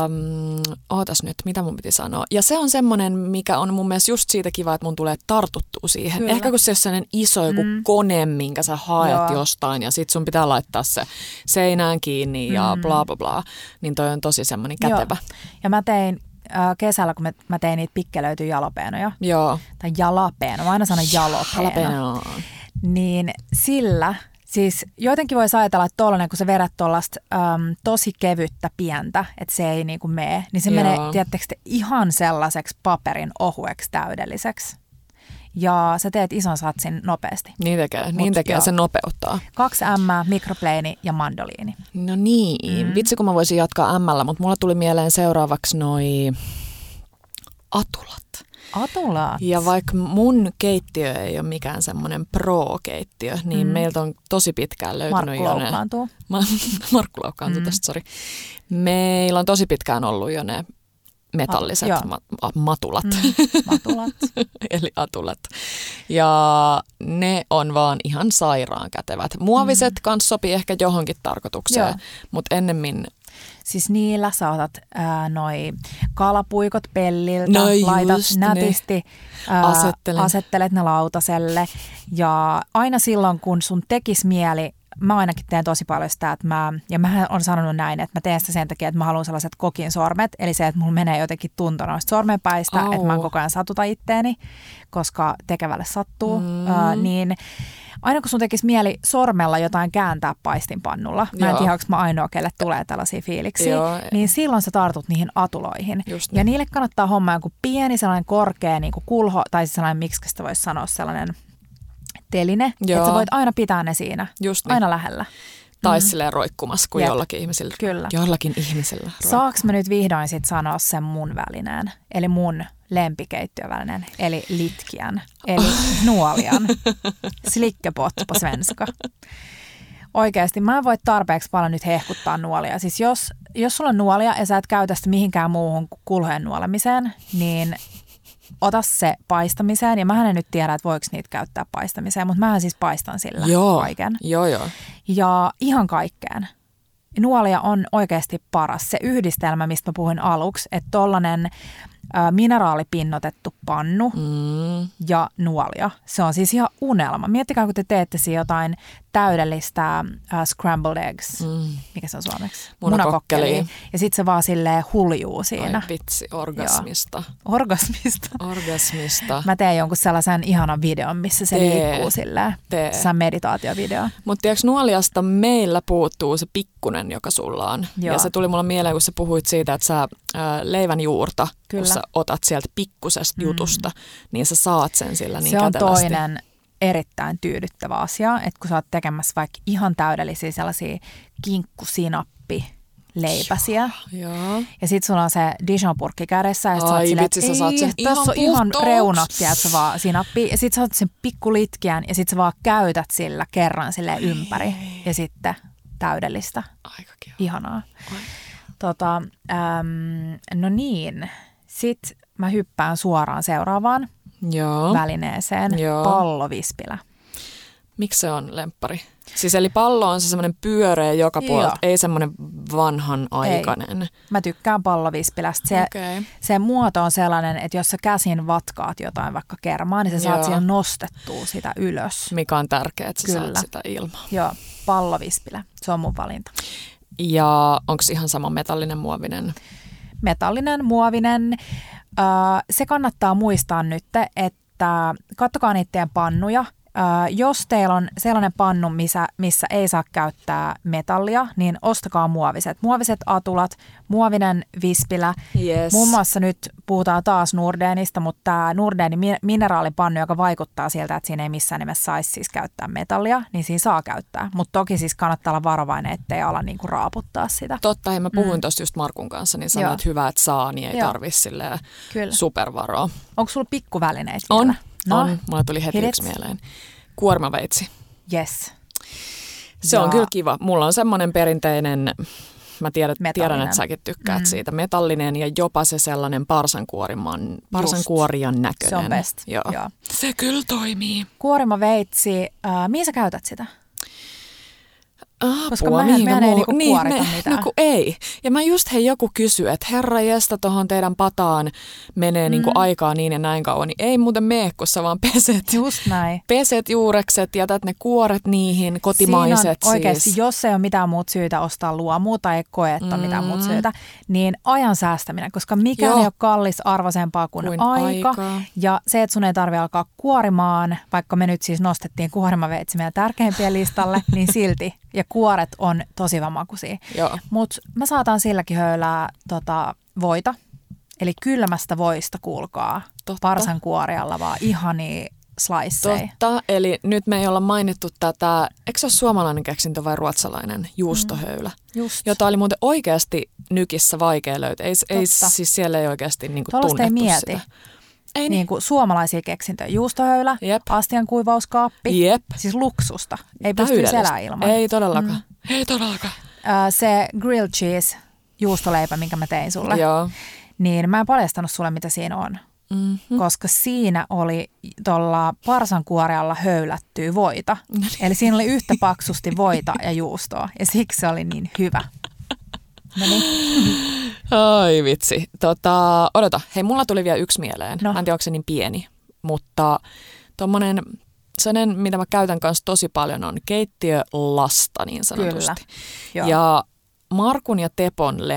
ootas nyt, mitä mun piti sanoa. Ja se on semmoinen, mikä on mun mielestä just siitä kiva, että mun tulee tartuttua siihen. Kyllä. Ehkä kun se on sellainen iso joku mm. kone, minkä sä haet Joo. jostain ja sit sun pitää laittaa se seinään kiinni ja mm. bla bla bla. Niin toi on tosi semmoinen kätevä.
Joo. Ja mä tein äh, kesällä, kun mä, mä tein niitä pikkelöityjä jalopeenoja. Joo. Tai jalapeeno, mä aina sanon jalopeeno. Niin sillä... Siis jotenkin voisi ajatella, että tollainen, kun sä vedät tuollaista äm, tosi kevyttä pientä, että se ei niinku mene, niin se Joo. menee, tiedättekö te, ihan sellaiseksi paperin ohueksi täydelliseksi. Ja sä teet ison satsin nopeasti.
Niin tekee, Mut, niin tekee se nopeuttaa.
Kaksi ämmää, mikropleini ja mandoliini.
No niin, mm. vitsi kun mä voisin jatkaa ämmällä, mutta mulla tuli mieleen seuraavaksi noi atulat.
Atulat.
Ja vaikka mun keittiö ei ole mikään semmoinen pro-keittiö, niin mm. meiltä on tosi pitkään löytynyt
Markku
jo ne...
loukkaantuu.
Markku loukkaantuu mm. tästä, sori. Meillä on tosi pitkään ollut jo ne metalliset At, ma- matulat. Mm.
Matulat.
Eli atulat. Ja ne on vaan ihan sairaan kätevät. Muoviset mm. kanssa sopii ehkä johonkin tarkoitukseen, mutta ennemmin...
Siis niillä sä otat ää, noi kalapuikot pelliltä,
no
laitat nätisti, ää, asettelet ne lautaselle. Ja aina silloin, kun sun tekis mieli, mä ainakin teen tosi paljon sitä, että mä, ja mä oon sanonut näin, että mä teen sitä sen takia, että mä haluan sellaiset kokin sormet. Eli se, että mulla menee jotenkin tunto noista sormenpäistä, oh. että mä en koko ajan satuta itteeni, koska tekevälle sattuu. Mm. Ää, niin aina kun sun tekisi mieli sormella jotain kääntää paistinpannulla, mä en
Joo.
tiedä, onko mä ainoa, kelle tulee tällaisia fiiliksiä,
Joo.
niin silloin sä tartut niihin atuloihin.
Just
ja
niin.
niille kannattaa hommaa joku pieni sellainen korkea niin kuin kulho, tai siis sellainen, miksi sitä voisi sanoa, sellainen teline,
Joo.
että sä voit aina pitää ne siinä,
Just niin.
aina lähellä.
Tai
Mm.
silleen roikkumassa kuin
Jep.
jollakin ihmisillä.
Kyllä.
Jollakin ihmisillä.
Saaks mä nyt vihdoin sit sanoa sen mun välineen, eli mun lempikeittiövälineen, eli litkiän, eli nuolian, slickepot på svenska. Oikeasti mä en voi tarpeeksi paljon nyt hehkuttaa nuolia. Siis jos, jos sulla on nuolia ja sä et käytä sitä mihinkään muuhun kuin kulhojen nuolemiseen, niin ota se paistamiseen. Ja mähän en nyt tiedä, että voiko niitä käyttää paistamiseen, mutta mähän siis paistan sillä
Joo.
kaiken.
Joo, joo.
Ja ihan kaikkeen. Nuolia on oikeasti paras. Se yhdistelmä, mistä mä puhuin aluksi, että tollainen ä, mineraalipinnotettu pannu
Mm.
ja nuolia. Se on siis ihan unelma. Miettikää, kun te teette siinä jotain täydellistä ä, scrambled eggs.
Mm.
Mikä se on suomeksi?
Munakokkeli.
Ja sitten se vaan silleen huljuu siinä.
Ai vitsi, orgasmista.
Orgasmista.
Orgasmista.
Mä teen jonkun sellaisen ihanan videon, missä se
Tee.
liikkuu silleen.
Tee.
Se on meditaatiovideo.
Mutta tiedätkö, nuoliasta meillä puuttuu se pikkunen, joka sulla on.
Joo.
Ja se tuli mulle mieleen, kun sä puhuit siitä, että sä ää, leivän juurta,
Kyllä.
kun sä otat sieltä pikkusesta
Mm.
jutusta, niin sä saat sen sillä niin
Se on
kätevästi.
toinen erittäin tyydyttävä asia, että kun sä oot tekemässä vaikka ihan täydellisiä sellaisia kinkkusinappileipäsiä,
Joo.
ja sit sulla on se Dijon-purkki kädessä, ja sit sä oot
Ai
silleen,
vitsi,
että
sä saat sen
ei, tässä on
ihan
ihan
puhtaaksi.
reunat, tiedätkö vaan sinappi, ja sit sä oot sen pikkulitkiän, ja sit sä vaan käytät sillä kerran silleen ympäri, ja sitten täydellistä,
Aika kiva.
ihanaa.
Ai.
Tota, äm, no niin, sit mä hyppään suoraan seuraavaan
Joo.
välineeseen,
Joo.
pallovispilä.
Miksi se on lemppari? Siis eli pallo on se semmoinen pyöreä joka puolelta,
Joo.
ei semmoinen vanhanaikainen.
Mä tykkään pallovispilästä. Se,
Okei.
se muoto on sellainen, että jos sä käsin vatkaat jotain vaikka kermaa, niin sä saat
Joo.
siihen nostettua sitä ylös.
Mikä on tärkeää, että sä
Kyllä.
saat sitä ilmaa.
Joo, pallovispilä. Se on mun valinta.
Ja onko ihan sama metallinen, muovinen?
Metallinen, muovinen. Äh, se kannattaa muistaa nyt, että kattokaa niiden pannuja. Äh, jos teillä on sellainen pannu, missä, missä ei saa käyttää metallia, niin ostakaa muoviset. Muoviset atulat, muovinen vispilä.
Yes.
Muun muassa nyt puhutaan taas Nordenista, mutta tämä Nordenin mi- mineraalipannu, joka vaikuttaa siltä, että siinä ei missään nimessä saisi siis käyttää metallia, niin siinä saa käyttää. Mutta toki siis kannattaa olla varovainen, ettei ala niinku raaputtaa sitä.
Totta, hei mä puhuin
Mm.
tuossa just Markun kanssa, niin
Joo.
sanoin, että hyvä, että saa, niin ei
Joo.
tarvi silleen
Kyllä.
supervaroa.
Onko sulla pikkuvälineitä
On,
vielä? No,
on. Mulla tuli heti
hit it.
yksi mieleen. Kuormaveitsi.
Yes.
Se
Ja
on kyllä kiva. Mulla on semmoinen perinteinen, mä tiedän, tiedän
Metallinen.
että säkin tykkäät
Mm.
siitä, metallinen ja jopa se sellainen parsankuoriman, parsankuorijan näköinen.
Se on best.
Joo.
Joo.
Se kyllä toimii.
Kuorimaveitsi, äh, mihin sä käytät sitä?
Apua,
Koska mehän-
mihinkä
mehän ei
muu-
niinku
niin,
kuorita
me,
mitään.
No kun ei. Ja mä just hei joku kysyi, että herra jesta tohon teidän pataan menee
Mm.
niinku aikaa niin ja näin kauan, niin ei muuten mene, kun sä vaan peset.
Just näin.
Peset juurekset, jätät ne kuoret niihin, kotimaiset
Siinä on oikeasti,
siis.
jos ei ole mitään muuta syytä ostaa luomua tai ei koe, että on mitään
Mm.
muuta syytä, niin ajan säästäminen, koska mikään
Joo.
ei ole kallis arvoisempaa kuin,
Kuin
aika.
aikaa.
Ja se, että sun ei tarvitse alkaa kuorimaan, vaikka me nyt siis nostettiin kuorimaveitsi meidän tärkeimpien listalle, niin silti. Ja kuoret on tosi hyvä makuisia.
Joo.
Mutta mä saatan silläkin höylää tota, voita. Eli kylmästä voista, kuulkaa.
Totta.
Parsankuorialla vaan ihania sliceja.
Totta, eli nyt me ei olla mainittu tätä, eikö se ole suomalainen keksintö vai ruotsalainen juustohöylä,
Just.
jota oli muuten oikeasti nykissä vaikea löytää. Ei, ei,
Totta.
siis siellä ei oikeasti niinku
Tuollaista ei
tunnettu
mieti.
sitä. Ei niin.
Niin kuin suomalaisia keksintöjä. Juustohöylä,
Jep.
astian kuivauskaappi.
Jep.
Siis luksusta. Ei pysty
Täydellistä.
elää ilman.
Ei todellakaan. Mm. Ei todellakaan.
Äh, se grilled cheese juustoleipä, minkä mä tein sulle,
Joo.
niin mä en paljastanut sulle, mitä siinä on.
Mm-hmm.
Koska siinä oli tuolla parsankuorealla höylättyä voita. Eli siinä oli yhtä paksusti voita ja juustoa. Ja siksi se oli niin hyvä. No niin.
Ai vitsi. Tota, odota, hei mulla tuli vielä yksi mieleen.
No.
Mä en tiedä, onko se niin pieni, mutta tommonen, sellainen, mitä mä käytän kanssa tosi paljon, on keittiölasta niin sanotusti.
Kyllä. Joo.
Ja Markun ja Tepon lemppari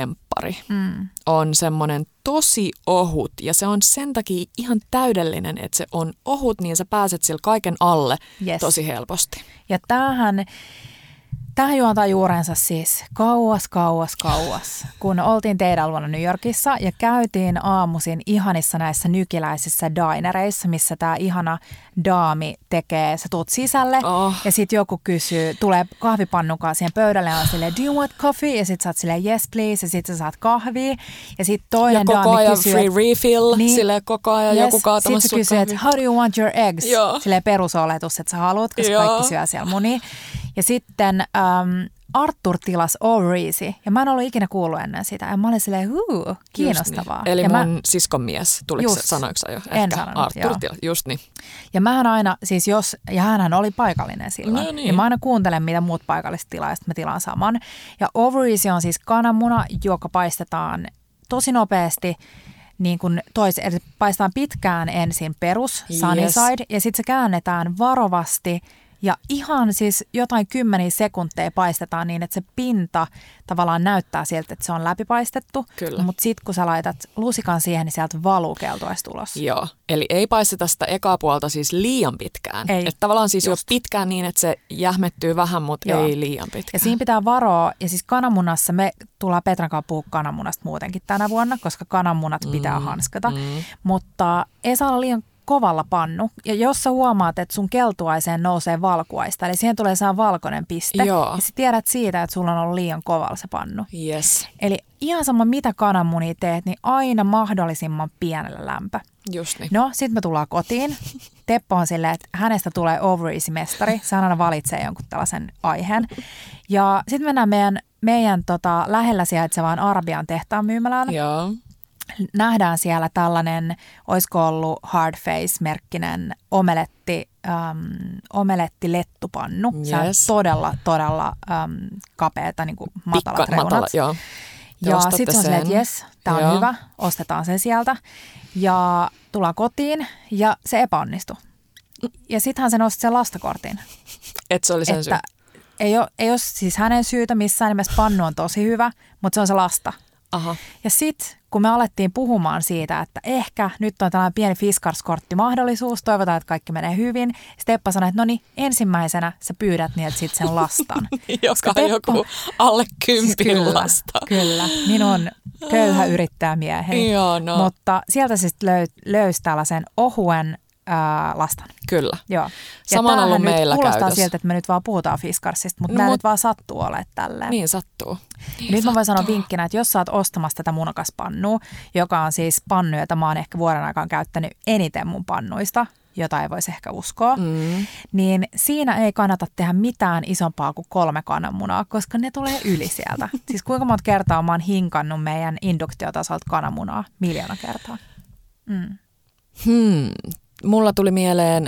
mestari
Mm.
on semmoinen tosi ohut ja se on sen takia ihan täydellinen, että se on ohut, niin sä pääset sillä kaiken alle
Yes.
tosi helposti.
Ja tämähän, tämähän juontaa juurensa siis kauas, kauas, kauas, kun oltiin teidän luona New Yorkissa ja käytiin aamuisin ihanissa näissä nykiläisissä dinereissa, missä tämä ihana daami tekee. Sä tuut sisälle
Oh.
ja sitten joku kysyy, tulee kahvipannukaan siihen pöydälle ja on silleen, do you want coffee? Ja sitten sä oot silleen, yes please, ja sitten sä saat kahvia. Ja sitten toinen
Ja koko
daami
ajan
kysyy,
free
et-
refill,
Niin.
silleen koko ajan
yes.
joku kaatamassa
Sitten
sun
kysyy, että
kahvia.
how do you want your eggs?
Joo.
Silleen perusoletus, että sä haluat, koska
Joo.
kaikki syö siellä munia. Ja sitten ähm, Arthur tilasi Overeasy, ja mä en ollut ikinä kuullut ennen sitä. Ja mä olin silleen, huu, kiinnostavaa.
Just niin. Eli
ja
mun
mä,
siskon mies, tuliko
Just.
se, sanoiko sä jo?
En
Ehkä
sanonut,
Arthur
joo.
Tila, just niin.
ja mähän aina, siis jos, ja hänhän oli paikallinen silloin.
No niin.
Ja mä aina kuuntelen, mitä muut paikalliset tilaa, ja sitten mä tilaan saman. Ja Overeasy on siis kananmuna, joka paistetaan tosi nopeasti. Niin kuin tois, eli paistetaan pitkään ensin perus, sunny
Yes.
side, ja sitten se käännetään varovasti ja ihan siis jotain kymmeniä sekunteja paistetaan niin, että se pinta tavallaan näyttää siltä, että se on läpipaistettu.
Kyllä.
Mutta sitten kun sä laitat lusikan siihen, niin sieltä valuu keltuais tulos.
Joo, eli ei paisteta sitä ekaa puolta siis liian pitkään.
Ei.
Että tavallaan siis jo
Just.
pitkään niin, että se jähmettyy vähän, mutta
Joo.
ei liian pitkään.
Ja siinä pitää varoa, ja siis kananmunassa, me tullaan Petran kanssa puhua kananmunasta muutenkin tänä vuonna, koska kananmunat pitää
Mm,
hanskata.
mm.
Mutta ei saa olla liian kovalla pannu. Ja jos sä huomaat, että sun keltuaiseen nousee valkuaista, eli siihen tulee saa valkoinen piste,
Joo.
ja sä tiedät siitä, että sulla on ollut liian kovalla se pannu.
Yes,
Eli ihan sama mitä kananmunia teet, niin aina mahdollisimman pienellä lämpö.
just niin.
No, sitten me tullaan kotiin. Teppo on silleen, että hänestä tulee Overeasy-mestari. Se aina valitsee jonkun tällaisen aiheen. Ja sitten mennään meidän, meidän tota, lähellä sijaitsevaan Arabian tehtaan myymälään.
Joo,
Nähdään siellä tällainen, olisiko ollut Hardface-merkkinen omeletti, äm, omelettilettupannu. Se on
Yes.
todella, todella äm, kapeata, niin kuin matalat
Pikka,
reunat.
matala, joo. Te
Ja
ostatte
sitten se on silleen, että
sen.
jes, tämä on
Joo.
hyvä, ostetaan sen sieltä. Ja tullaan kotiin ja se epäonnistui. Ja sittenhän se nosti sen lastakortin.
Et se oli sen syy.
Että ei ole, ei ole siis hänen syytä missään nimessä, pannu on tosi hyvä, mutta se on se lasta.
Aha.
Ja sitten kun me alettiin puhumaan siitä, että ehkä nyt on tällainen pieni Fiskars-korttimahdollisuus, toivotaan, että kaikki menee hyvin. Steppa sanoi, että no niin, ensimmäisenä sä pyydät niin, että sitten sen lastan.
Joka on
Teppo-
joku alle kympin
Siis kyllä,
lasta.
Kyllä, minun köyhä yrittäjämieheni.
Joo, no.
Mutta sieltä siis löy, löysi tällaisen ohuen ää, lastan.
Kyllä.
Joo.
Sama on
tämähän
ollut
nyt
meillä
kuulostaa
käytössä.
siltä, että me nyt vaan puhutaan Fiskarsista, mutta
No,
nämä
mut-
nyt vaan sattuu olemaan tälleen.
Niin sattuu. Niin
Nyt mä voin sanoa
sattuu.
vinkkinä, että jos sä oot ostamassa tätä munakaspannua, joka on siis pannu, jota mä oon ehkä vuoden aikaan käyttänyt eniten mun pannuista, jota ei voisi ehkä uskoa,
Mm.
niin siinä ei kannata tehdä mitään isompaa kuin kolme kananmunaa, koska ne tulee yli sieltä. Siis kuinka monta kertaa mä oon hinkannut meidän induktiotasolta kananmunaa? Miljoona kertaa. Mm.
Hmm. Mulla tuli mieleen,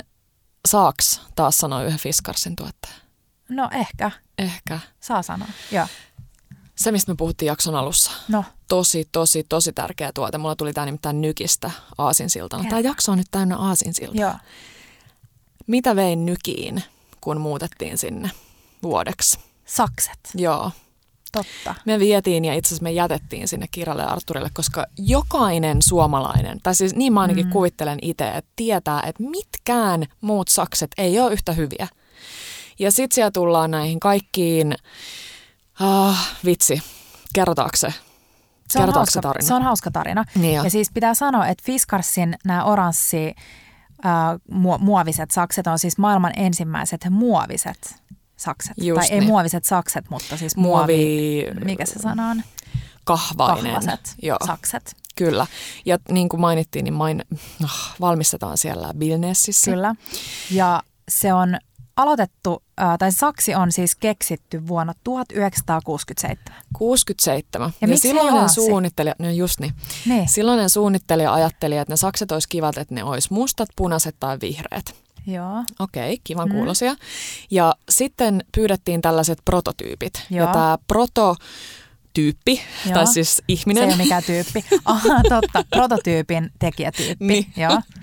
saaks taas sanoa yhden Fiskarsin tuottajan?
No ehkä,
Ehkä.
saa sanoa. Joo.
Se, mistä me puhuttiin jakson alussa.
No,
Tosi, tosi, tosi tärkeä tuote. Mulla tuli tää nimittäin Nykistä aasinsiltana. Tää jakso on nyt täynnä aasinsiltaa.
joo.
Mitä vein Nykiin, kun muutettiin sinne vuodeksi?
Sakset,
Joo.
totta.
Me vietiin ja itse asiassa me jätettiin sinne Kiralle ja Arturille, koska jokainen suomalainen, tai siis niin mä ainakin mm. kuvittelen itse, että tietää, että mitkään muut sakset ei ole yhtä hyviä. Ja sit siellä tullaan näihin kaikkiin, ah, vitsi, kerrotaanko se?
Se on,
Kerrotaanko
hauska,
se tarina?
se on hauska tarina.
Niin jo.
Ja siis pitää sanoa, että Fiskarsin nämä oranssi äh, mu- muoviset sakset on siis maailman ensimmäiset muoviset sakset.
Just
tai ei
niin.
muoviset sakset, mutta siis muovi,
Muovi,
mikä se sana on?
kahvainen.
Kahvaset
Joo.
sakset.
Kyllä. Ja niin kuin mainittiin, niin main, oh, valmistetaan siellä Billnessissä.
Kyllä. Ja se on aloitettu, äh, tai saksi on siis keksitty vuonna tuhatyhdeksänsataakuusikymmentäseitsemän.
kuusikymmentäseitsemän.
Ja miksi
silloinen
laasi?
suunnittelija, no just niin.
Niin.
Silloinen suunnittelija ajatteli, että ne sakset olisi kivat, että ne olisi mustat, punaiset tai vihreät.
Joo.
Okei, kivan
Mm.
kuulosia. Ja sitten pyydettiin tällaiset prototyypit.
Joo.
Ja tämä prototyyppi,
Joo.
tai siis
Se
ihminen,
ei ole mikään tyyppi. Aha, totta. Prototyypin tekijätyyppi.
Niin.
Joo.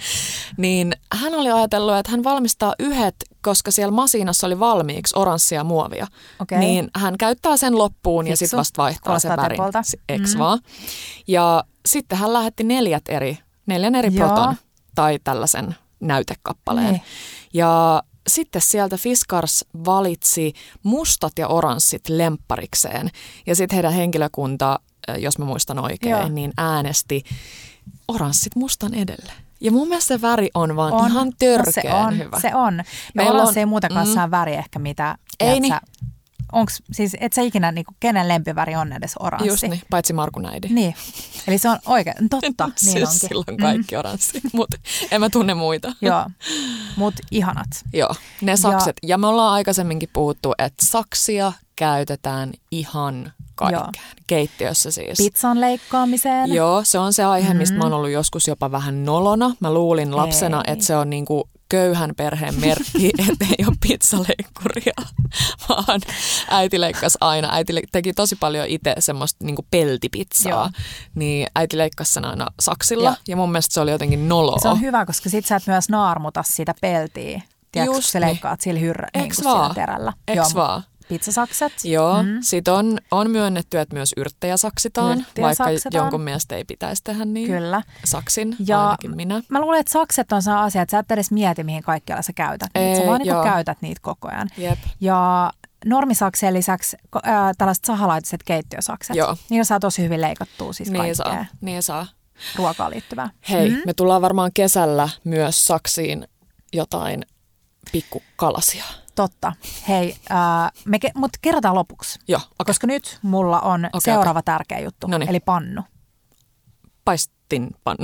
niin hän oli ajatellut, että hän valmistaa yhdet, koska siellä masiinassa oli valmiiksi oranssia muovia.
Okay.
Niin hän käyttää sen loppuun
Fiksu.
ja sitten vasta vaihtaa sen värin. Eks
mm.
vaan? Ja sitten hän lähetti neljät eri, neljän eri
Joo.
proton tai tällaisen näytekappaleen.
Niin.
Ja sitten sieltä Fiskars valitsi mustat ja oranssit lempparikseen. Ja sitten heidän henkilökunta, jos mä muistan oikein,
Joo.
niin äänesti oranssit mustan edelle. Ja mun mielestä se väri on vaan
on.
ihan törkeän
no se on,
hyvä.
Se on. Ja
Meillä
oranssi
on-
ei muutenkaan
mm.
saa väri ehkä mitä.
Ei niin.
Sä, onks, siis et sä ikinä, niinku, kenen lempiväri on edes oranssi?
Just niin, paitsi Markun äidi.
Niin. Eli se on oikein, totta, niin
siis
onkin.
silloin kaikki oranssi, mutta en mä tunne muita.
Joo, mut ihanat.
Joo, ne sakset. Ja, ja me ollaan aikaisemminkin puhuttu, että saksia käytetään ihan kaikkeen. Keittiössä siis.
Pizzan leikkaamiseen.
Joo, se on se aihe,
Mm-hmm.
mistä mä oon ollut joskus jopa vähän nolona. Mä luulin lapsena,
Ei.
että se on niinku köyhän perheen merkki, ettei ole pizzaleikkuria, vaan äiti leikkasi aina. Äiti le- teki tosi paljon itse semmoista niinku peltipizzaa,
Joo.
niin äiti leikkasi sen aina saksilla.
Joo.
Ja mun mielestä se oli jotenkin noloa.
Se on hyvä, koska sit sä et myös naarmuta sitä peltiä. Tiedätkö, kun
Just
sä
niin.
leikkaat sillä hyrrä, niin
Eks
kuin
vaan?
sillä terällä.
Eks
Joo,
vaan?
pizzasakset.
Joo,
Mm.
sit on, on myönnetty, että myös yrttejä saksitaan,
Yrttejä
vaikka
saksitaan.
jonkun mielestä ei pitäisi tehdä niin.
Kyllä.
Saksin,
Ja
ainakin minä.
Mä luulen, että sakset on se asia, että sä et edes mieti, mihin kaikkialla sä käytät niitä. Sä
Ei,
vaan niin
joo.
käytät niitä koko ajan.
Jep.
Ja normisaksien lisäksi äh, tällaiset sahalaitiset keittiösakset.
Joo.
Niillä saa tosi hyvin leikattua siis
Niin
kaikkea
saa, niin saa.
ruokaan liittyvää.
Hei,
Mm.
mm. me tullaan varmaan kesällä myös saksiin jotain pikkukalasia.
Totta. Hei, äh, me ke- mutta kerrotaan lopuksi.
Joo, okay.
Koska nyt mulla on
Okei,
seuraava okay. tärkeä juttu,
Noniin.
eli pannu.
Paistinpannu.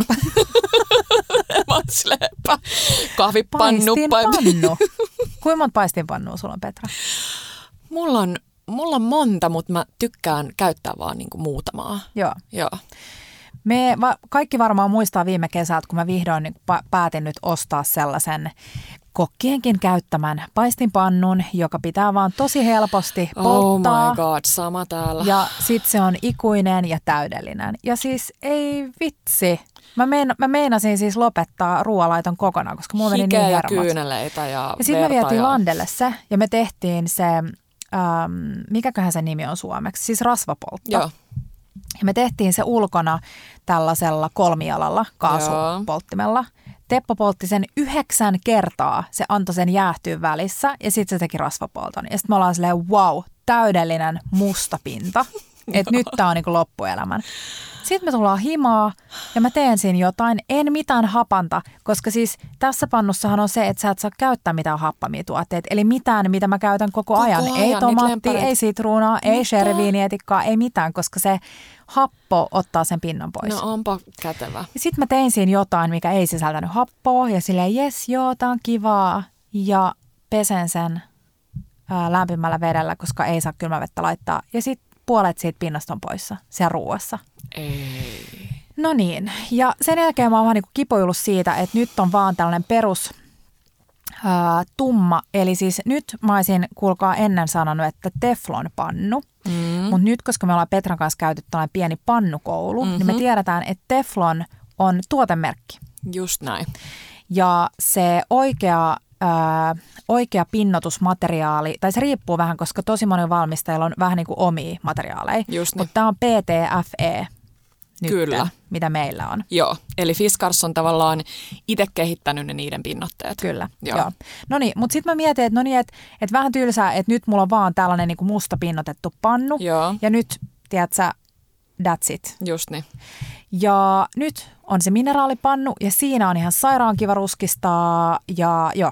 Mä oon silleen, pa- kahvipannu.
Paistinpannu. Kuinka monta paistinpannua sulla on, Petra?
Mulla on, mulla on monta, mutta mä tykkään käyttää vaan niinku muutamaa.
Joo.
Joo.
Me va- kaikki varmaan muistaa viime kesältä, kun mä vihdoin niin pa- päätin nyt ostaa sellaisen kokkienkin käyttämän paistinpannun, joka pitää vaan tosi helposti polttaa.
Oh my god, sama täällä.
Ja sit se on ikuinen ja täydellinen. Ja siis ei vitsi. Mä, mein, mä meinasin siis lopettaa ruoalaiton kokonaan, koska mulla meni
Hikeä
niin
ja
hermot.
kyyneleitä ja
Ja sitten me
verta
vietiin
ja...
Landelle se ja me tehtiin se, ähm, mikäköhän se nimi on suomeksi, siis rasvapoltto.
Joo.
Ja me tehtiin se ulkona tällaisella kolmialalla kaasupolttimella. Teppo poltti sen yhdeksän kertaa, se antoi sen jäähtyä välissä ja sitten se teki rasvapolton. Ja sitten me ollaan silleen, wow, täydellinen musta pinta, että nyt tää on niinku loppuelämän. Sitten me tullaan himaa ja mä teen siinä jotain, en mitään hapanta, koska siis tässä pannussahan on se, että sä et saa käyttää mitään happamia tuotteita. Eli mitään, mitä mä käytän koko,
Koko
ajan.
ajan,
Ei
niitä
tomaattia,
lemppareita.
ei sitruunaa, ei
Mitä?
sherviinietikkaa, ei mitään, koska se happo ottaa sen pinnan pois.
No onpa kätevä.
Sitten mä tein siinä jotain, mikä ei sisältänyt happoa ja silleen, jes, joo, tää on kivaa. Ja pesen sen ää, lämpimällä vedellä, koska ei saa kylmävettä laittaa. Ja sitten puolet siitä pinnasta on poissa siellä ruuassa.
Ei.
No niin, ja sen jälkeen mä oon vähän niin kuin kipoillut siitä, että nyt on vaan tällainen perus ää, tumma. Eli siis nyt mä olisin, kuulkaa, ennen sanonut, että teflonpannu.
Mm.
Mutta nyt, koska me ollaan Petran kanssa käyty tällainen pieni pannukoulu, mm-hmm. niin me tiedetään, että teflon on tuotemerkki.
Just näin.
Ja se oikea, ää, oikea pinnotusmateriaali, tai se riippuu vähän, koska tosi moni valmistajilla on vähän niin kuin omia materiaaleja.
Just niin.
Mutta tämä on P T F E nyt,
Kyllä.
mitä meillä on.
Joo, eli Fiskars on tavallaan itse kehittänyt ne niiden pinnotteet.
Kyllä, joo.
Joo.
joo. No niin, mutta sitten mä mietin, että no niin, että et vähän tylsää, että nyt mulla on vaan tällainen niinku musta pinnotettu pannu.
Joo.
Ja nyt, tiedät sä, that's it.
Just niin.
Ja nyt on se mineraalipannu ja siinä on ihan sairaan kiva ruskistaa ja joo.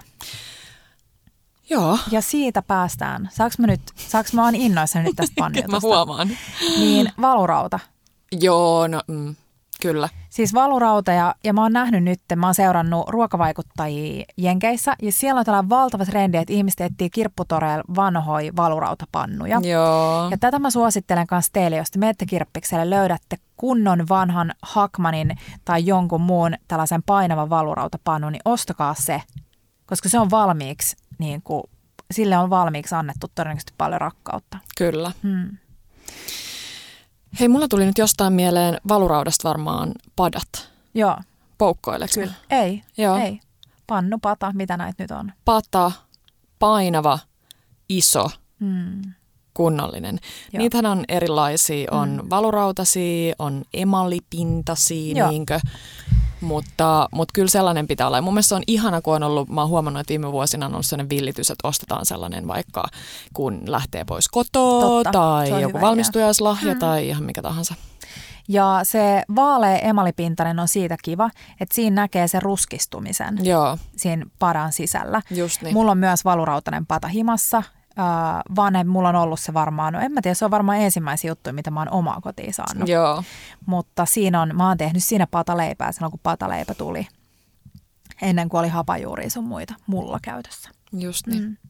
Joo.
Ja siitä päästään. Saaks mä nyt, saaks mä oon innoissani nyt tästä
Mä
pannujutusta?
huomaan.
Niin valurauta.
Joo, no mm, kyllä.
Siis valurauta ja, ja mä oon nähnyt nyt, mä oon seurannut ruokavaikuttajia Jenkeissä ja siellä on tällainen valtava trendi, että ihmiset etsii kirpputoreilla vanhoja valurautapannuja.
Joo.
Ja tätä mä suosittelen kanssa teille, jos te menette kirppikselle, löydätte kunnon vanhan Hakmanin tai jonkun muun tällaisen painavan valurautapannun, niin ostakaa se, koska se on valmiiksi, niin kuin, sille on valmiiksi annettu todennäköisesti paljon rakkautta.
Kyllä.
Hmm.
Hei, mulla tuli nyt jostain mieleen valuraudasta varmaan padat.
Joo.
Poukkoileeko?
Kyllä. Ei,
Joo.
ei. Pannu, pata, mitä näitä nyt on?
Pata, painava, iso,
Mm.
kunnollinen.
Joo.
Niitähän on erilaisia. On
Mm.
valurautaisia, on emalipintaisia,
Joo.
niinkö? Mutta, mutta kyllä sellainen pitää olla. Ja mun mielestä se on ihana, kun on ollut, mä oon huomannut, että viime vuosina on ollut sellainen villitys, että ostetaan sellainen vaikka kun lähtee pois kotoa
Totta.
tai
Se on
joku
hyvä
valmistujaislahja
Mm.
tai ihan mikä tahansa.
Ja se vaalea emalipintainen on siitä kiva, että siinä näkee sen ruskistumisen
Joo,
siinä padan sisällä.
just niin.
Mulla on myös valurautainen pata himassa. Uh, vanhem, mulla on ollut se varmaan, no en mä tiedä, se on varmaan ensimmäisiä juttuja, mitä mä oon omaa kotiin saanut.
Joo.
Mutta siinä on, mä oon tehnyt siinä pataleipää silloin, kun pataleipä tuli. Ennen kuin oli hapajuuria sun muita mulla käytössä.
Just niin.
Mm.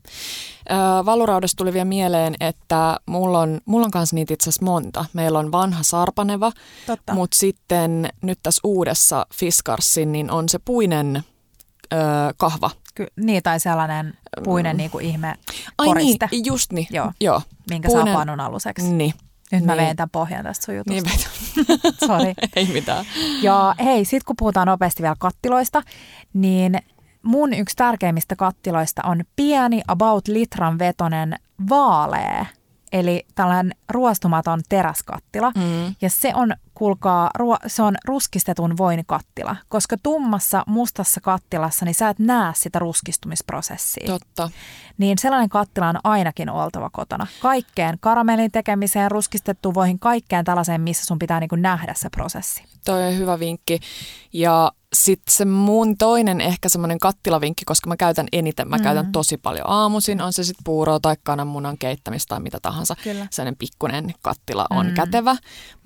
Ö, valuraudasta tuli vielä mieleen, että mulla on, mulla on kanssa niitä itse asiassa monta. Meillä on vanha sarpaneva,
Totta.
mutta sitten nyt tässä uudessa Fiskarsin niin on se puinen ö, kahva.
Ky- niin, tai sellainen puinen niin kuin ihme
Ai
koriste,
niin, just niin.
Joo.
Joo.
minkä
puinen-
saa pannun aluseksi.
Niin.
Nyt mä
niin.
vein tämän pohjan tästä sun jutusta.
Niin veitä.
Sori.
Ei mitään.
Ja hei, sit kun puhutaan nopeasti vielä kattiloista, niin mun yksi tärkeimmistä kattiloista on pieni, about litran vetonen vaalea. Eli tällainen ruostumaton teräskattila.
Mm.
Ja se on, kuulkaa, ruo- se on ruskistetun voinikattila. Koska tummassa, mustassa kattilassa, niin sä et näe sitä ruskistumisprosessia.
Totta.
Niin sellainen kattila on ainakin oltava kotona. Kaikkeen karamellin tekemiseen, ruskistettuun voihin, kaikkeen tällaiseen, missä sun pitää niin kuin nähdä se prosessi.
Toi on hyvä vinkki. Ja sitten se mun toinen ehkä semmoinen kattilavinkki, koska mä käytän eniten, mä mm. käytän tosi paljon aamuisin, on se sitten puuroa tai kananmunan keittämistä tai mitä tahansa.
Kyllä.
Sellainen pikkunen kattila on
Mm.
kätevä,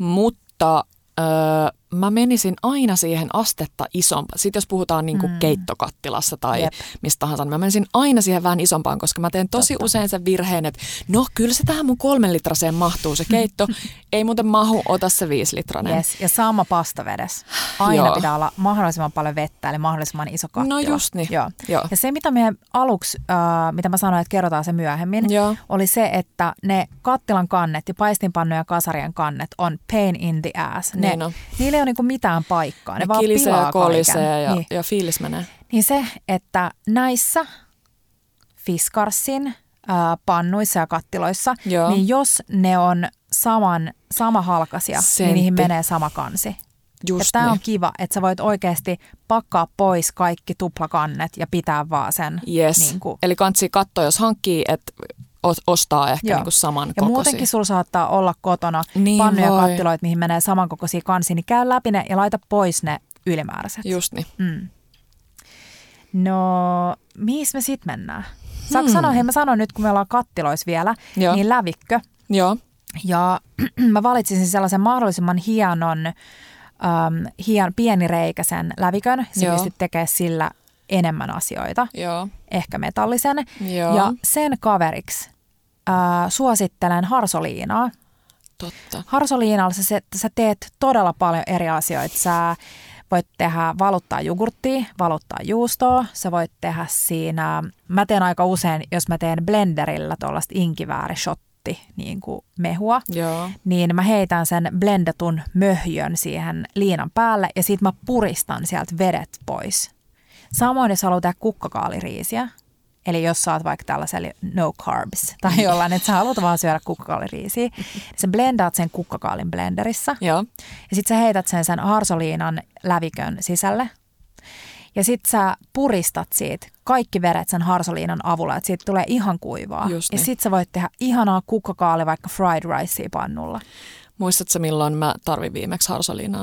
mutta öö, mä menisin aina siihen astetta isompaan. Sitten jos puhutaan niinku
Mm.
keittokattilassa tai
Jep.
mistä tahansa, niin mä menisin aina siihen vähän isompaan, koska mä teen tosi
Totta.
usein sen virheen, että no kyllä se tähän mun kolmen litraseen mahtuu se keitto. Ei muuten mahu, ota se viisi litrainen.
Yes. Ja sama pastavedes. Aina
Joo.
pitää olla mahdollisimman paljon vettä, eli mahdollisimman iso kattila.
No just niin.
Joo.
Joo.
Ja se, mitä me aluksi, äh, mitä mä sanoin, että kerrotaan se myöhemmin,
Joo.
oli se, että ne kattilan kannet ja paistinpannu ja kasarien kannet on pain in the ass. Ne,
Niin on.
niillä ei ole niinku mitään paikkaa. Ne,
Ne
vaan
kilisee
pilaa
ja kolisee
kaiken.
ja,
Niin.
ja fiilis menee.
Niin se, että näissä Fiskarsin äh, pannuissa ja kattiloissa,
Joo.
niin jos ne on saman, sama halkasia,
Sentti.
niin niihin menee sama kansi.
Just
Tämä
niin.
on kiva, että sä voit oikeasti pakkaa pois kaikki tuplakannet ja pitää vaan sen.
Yes.
Niin kuin.
Eli kansi katsoa, jos hankkii, että ostaa ehkä
Joo.
niinku saman
Ja
kokoisia.
muutenkin sulla saattaa olla kotona
Niin
pannuja
voi.
kattiloita, mihin menee samankokoisia kansia, niin käy läpi ne ja laita pois ne ylimääräiset.
Just niin.
Mm. No, mihin me sit mennään? Saanko
Hmm.
sanoa, hei mä sanon nyt, kun me ollaan kattiloissa vielä,
Joo.
niin lävikkö.
Joo.
Ja mä valitsisin sellaisen mahdollisimman hienon, äm, hien, pienireikäisen lävikön. Sä
Joo.
pystyt tekemään sillä enemmän asioita,
Joo.
ehkä metallisen.
Joo.
Ja sen kaveriksi ää, suosittelen harsoliinaa.
Totta.
Harsoliinalla sä, sä teet todella paljon eri asioita. Sä voit tehdä valuttaa jogurttia, valuttaa juustoa. Sä voit tehdä siinä, mä teen aika usein, jos mä teen blenderillä tuollaista inkiväärishotti, niin kuin mehua,
Joo.
niin mä heitän sen blendetun möhjön siihen liinan päälle ja sit mä puristan sieltä vedet pois. Samoin jos haluat tehdä kukkakaaliriisiä, eli jos sä oot vaikka tällaisella no carbs tai jollain, että sä haluat vaan syödä kukkakaaliriisiä, niin sä blendaat sen kukkakaalin blenderissä
Joo.
ja sit sä heität sen sen harsoliinan lävikön sisälle ja sit sä puristat siitä kaikki vedet sen harsoliinan avulla, että siitä tulee ihan kuivaa.
Just
ja
niin.
sit sä voit tehdä ihanaa kukkakaali vaikka fried ricea pannulla.
Muistatko milloin mä tarvin viimeksi harsoliinaa?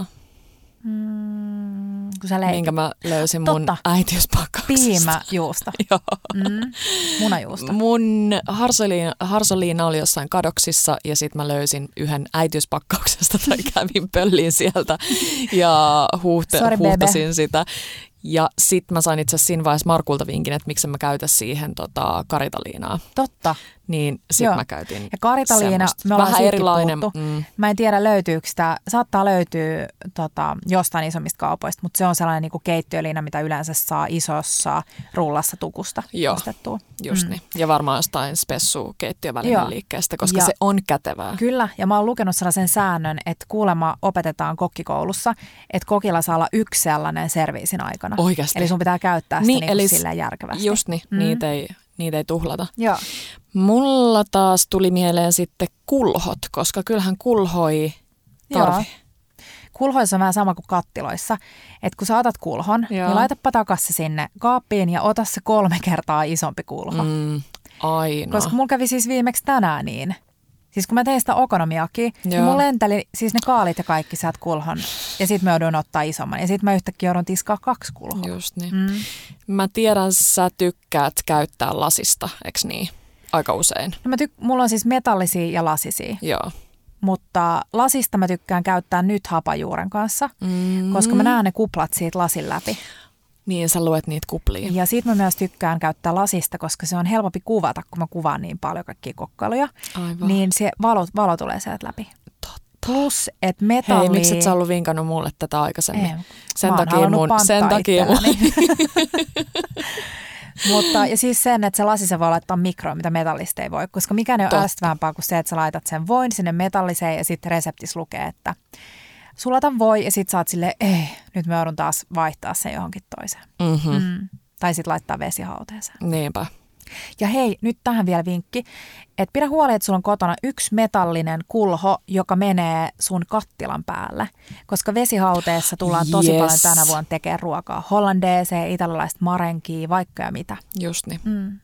Mm, kun sä leit
Minkä mä löysin mun
Totta.
äitiyspakkauksesta.
piimäjuusta,
Joo.
mm, munajuusta.
Mun harsoliina, harsoliina oli jossain kadoksissa ja sit mä löysin yhden äitiyspakkauksesta tai kävin pölliin sieltä ja huuhte,
Sorry,
huuhtasin
bebe.
sitä. Ja sit mä sain itse asiassa siinä vaiheessa Markulta vinkin, että miksi mä käytä siihen tota, karitaliinaa.
Totta.
Niin sitten mä käytin
ja karitaliina,
semmoista.
me ollaan
vähän erilainen.
Mm. Mä en tiedä löytyykö sitä, saattaa löytyä tota, jostain isommista kaupoista, mutta se on sellainen niinku keittiöliina, mitä yleensä saa isossa rullassa tukusta ostettua.
Just mm. niin. Ja varmaan jostain spessu keittiövälinen liikkeestä, koska ja, se on kätevää.
Kyllä, ja mä oon lukenut sellaisen säännön, että kuulemma opetetaan kokkikoulussa, että kokilla saa olla yksi sellainen serviisin aikana.
Oikeasti.
Eli sun pitää käyttää sitä
niin,
niinku eli silleen järkevästi.
Just niin, mm. niitä ei... Niitä ei tuhlata.
Joo.
Mulla taas tuli mieleen sitten kulhot, koska kyllähän kulhoi tarvii.
Kulhoissa on vähän sama kuin kattiloissa. Että kun sä otat kulhon, Joo. niin laitapa takaisin sinne kaappiin ja ota se kolme kertaa isompi kulho.
Mm, aina.
Koska mulla kävi siis viimeksi tänään niin. Siis kun mä tein sitä okonomiakin, niin mulla lenteli siis ne kaalit ja kaikki sieltä kulhon. Ja sit mä joudun ottaa isomman. Ja sit mä yhtäkkiä joudun tiskaa kaksi kulhoa.
Just niin. Mm. Mä tiedän, sä tykkäät käyttää lasista, eks niin? Aika usein.
No mä tyk- mulla on siis metallisia ja lasisia.
Joo.
Mutta lasista mä tykkään käyttää nyt hapajuuren kanssa, mm. koska mä näen ne kuplat siitä lasin läpi.
Niin, sä luet niitä kuplia.
Ja siitä mä myös tykkään käyttää lasista, koska se on helpompi kuvata, kun mä kuvaan niin paljon kaikkia kokkailuja.
Aivan.
Niin se valo, valo tulee sieltä läpi.
Totta.
Plus, että metalli...
Hei, miksi et sä ollut vinkannut mulle tätä aikaisemmin?
Ei,
sen takia mun... Sen takia mun...
Mutta ja siis sen, että se lasi se voi laittaa mikroon, mitä metallista ei voi, koska mikään ei ole ärsyttävämpää kuin se, että sä laitat sen voin sinne metalliseen ja sitten reseptis lukee, että sulata voi ja sitten saat silleen, ei, nyt me joudun taas vaihtaa sen johonkin toiseen.
Mm-hmm.
Mm. Tai sitten laittaa vesihauteeseen.
Niinpä.
Ja hei, nyt tähän vielä vinkki, että pidä huoli, että sulla on kotona yksi metallinen kulho, joka menee sun kattilan päälle. Koska vesihauteessa tullaan tosi yes. paljon tänä vuonna tekemään ruokaa. Hollandeeseen, italialaista marenkia, vaikka ja mitä.
Just niin.
Mm.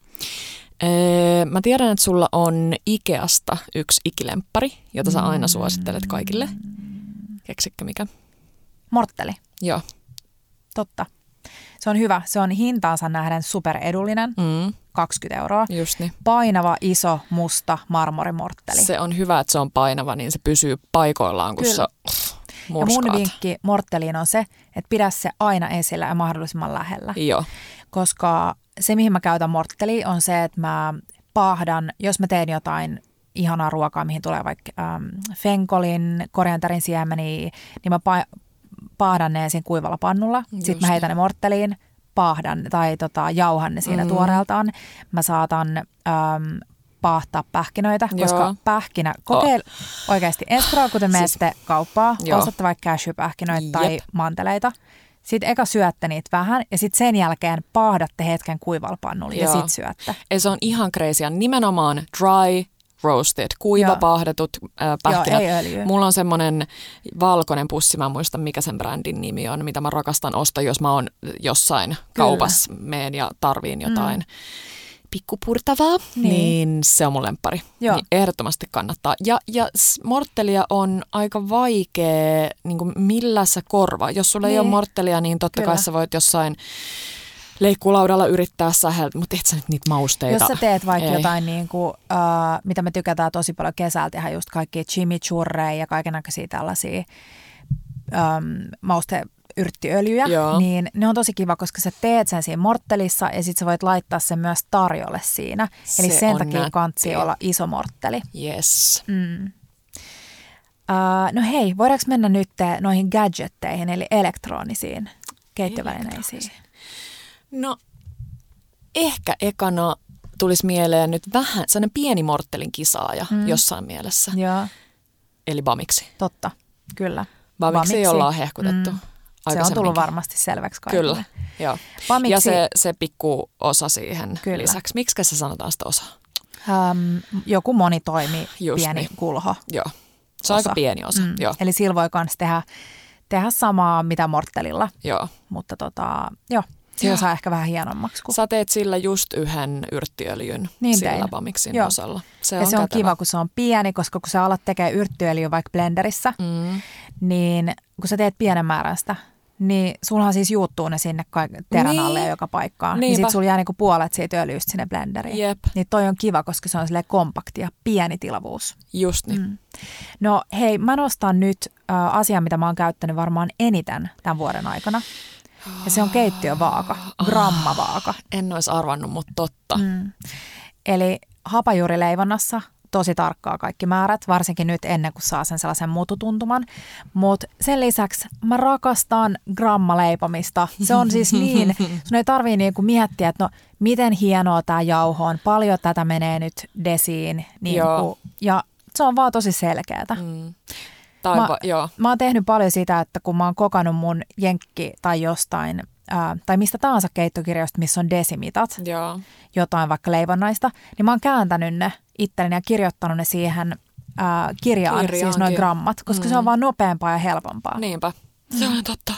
Öö, mä tiedän, että sulla on Ikeasta yksi ikilemppari, jota sä aina suosittelet kaikille. Keksikö mikä?
Mortteli.
Joo.
Totta. Se on hyvä. Se on hintaansa nähden superedullinen.
Mm.
kaksikymmentä euroa.
Just niin.
Painava, iso, musta marmorimortteli.
Se on hyvä, että se on painava, niin se pysyy paikoillaan, kun
Kyllä.
sä murskaat.
Ja mun vinkki mortteliin on se, että pidä se aina esillä ja mahdollisimman lähellä.
Joo.
Koska se, mihin mä käytän morttelia, on se, että mä paahdan, jos mä teen jotain ihanaa ruokaa, mihin tulee vaikka ähm, fenkolin, korianterin siemeniä, niin mä pa- paahdan ne ensin kuivalla pannulla. Just Sitten mä heitän ne mortteliin, paahdan tai tota, jauhan ne siinä mm. tuoreeltaan. Mä saatan äm, paahtaa pähkinöitä,
Joo.
koska pähkinä, kokeile oh. oikeasti ensi kerralla, kun te menette siis, kauppaa, ostatte vaikka cashew-pähkinöitä Jep. tai manteleita. Sitten eka syötte niitä vähän ja sitten sen jälkeen paahdatte hetken kuivalla pannulla ja sitten syötte.
Ja se on ihan crazy. Nimenomaan dry roasted, kuiva paahdatut äh, pähkinät.
Joo, ei öljyä.
Mulla on semmoinen valkoinen pussi, mä en muista mikä sen brändin nimi on, mitä mä rakastan ostaa, jos mä oon jossain Kyllä. kaupassa meen ja tarviin jotain mm. pikkupurtavaa, niin. niin se on mun lemppari. Niin ehdottomasti kannattaa. Ja, ja morttelia on aika vaikea, niin kuin millä sä korvaa. Jos sulla niin. ei ole morttelia, niin totta Kyllä. kai sä voit jossain leikkulaudalla yrittää säheltä, mutta et sä nyt niitä mausteita.
Jos sä teet vaikka
Ei.
jotain, niin kuin, uh, mitä me tykätään tosi paljon kesällä tehdä, just kaikkia chimichurreja ja kaikennäköisiä tällaisia um, mausteyrttiöljyjä,
Joo.
niin ne on tosi kiva, koska sä teet sen siinä morttelissa ja sit sä voit laittaa sen myös tarjolle siinä.
Se
Eli sen
on
takia
nätti.
kansi olla iso mortteli.
Yes.
Mm. Uh, no hei, voidaanko mennä nyt noihin gadgetteihin, eli elektronisiin keittiövälineisiin?
No, ehkä ekana tulisi mieleen nyt vähän sellainen pieni morttelin kisaaja mm. jossain mielessä.
Joo.
Eli Bamixi.
Totta, kyllä.
Bamixi, Bamixi. ollaan hehkutettu mm.
Se on tullut varmasti selväksi kaikille.
Kyllä, joo.
Bamixi.
Ja se, se pikku osa siihen
kyllä.
lisäksi. Miksi se sanotaan sitä osaa?
Um, joku monitoimi,
Just
pieni
niin.
kulho.
Joo, se on
osa.
aika pieni osa.
Mm.
Joo.
Eli sillä voi myös tehdä, tehdä samaa mitä morttelilla.
Joo.
Mutta tota, joo. Se saa ehkä vähän hienommaksi. Kun...
Sä teet sillä just yhden yrttiöljyn
niin
sillä
tein.
Bamixin
Joo.
osalla. Se
ja
on
se on
kätevä.
kiva, kun se on pieni, koska kun sä alat tekemään yrttiöljyä vaikka blenderissä,
mm.
niin kun sä teet pienen määrän sitä, niin sulhan siis juuttuu ne sinne terän
niin.
alle joka paikkaan.
Niinpä.
Niin sit sulla jää niinku puolet siitä öljystä sinne blenderiin.
Jep.
Niin toi on kiva, koska se on silleen kompakti ja pieni tilavuus.
Just niin.
Mm. No hei, mä nostan nyt äh, asian, mitä mä oon käyttänyt varmaan eniten tämän vuoden aikana. Ja se on keittiövaaka, grammavaaka.
En olisi arvannut, mutta totta.
Mm. Eli hapajuurileivonnassa tosi tarkkaa kaikki määrät, varsinkin nyt ennen kuin saa sen sellaisen mututuntuman. Mutta sen lisäksi mä rakastan grammaleipomista. Se on siis niin, sun ei tarvii niinku miettiä, että no miten hienoa tää jauho on, paljon tätä menee nyt desiin. Niinku, ja se on vaan tosi selkeätä. Mm.
Taipa,
mä,
joo.
mä oon tehnyt paljon sitä, että kun mä oon kokannut mun jenkki tai jostain, ää, tai mistä tahansa keittokirjoista, missä on desimitat,
joo.
jotain vaikka leivonnaista, niin mä oon kääntänyt ne itselleni ja kirjoittanut ne siihen ää, kirjaan, Kirjaankin. Siis noin grammat, koska mm. se on vaan nopeampaa ja helpompaa.
Niinpä, se on totta.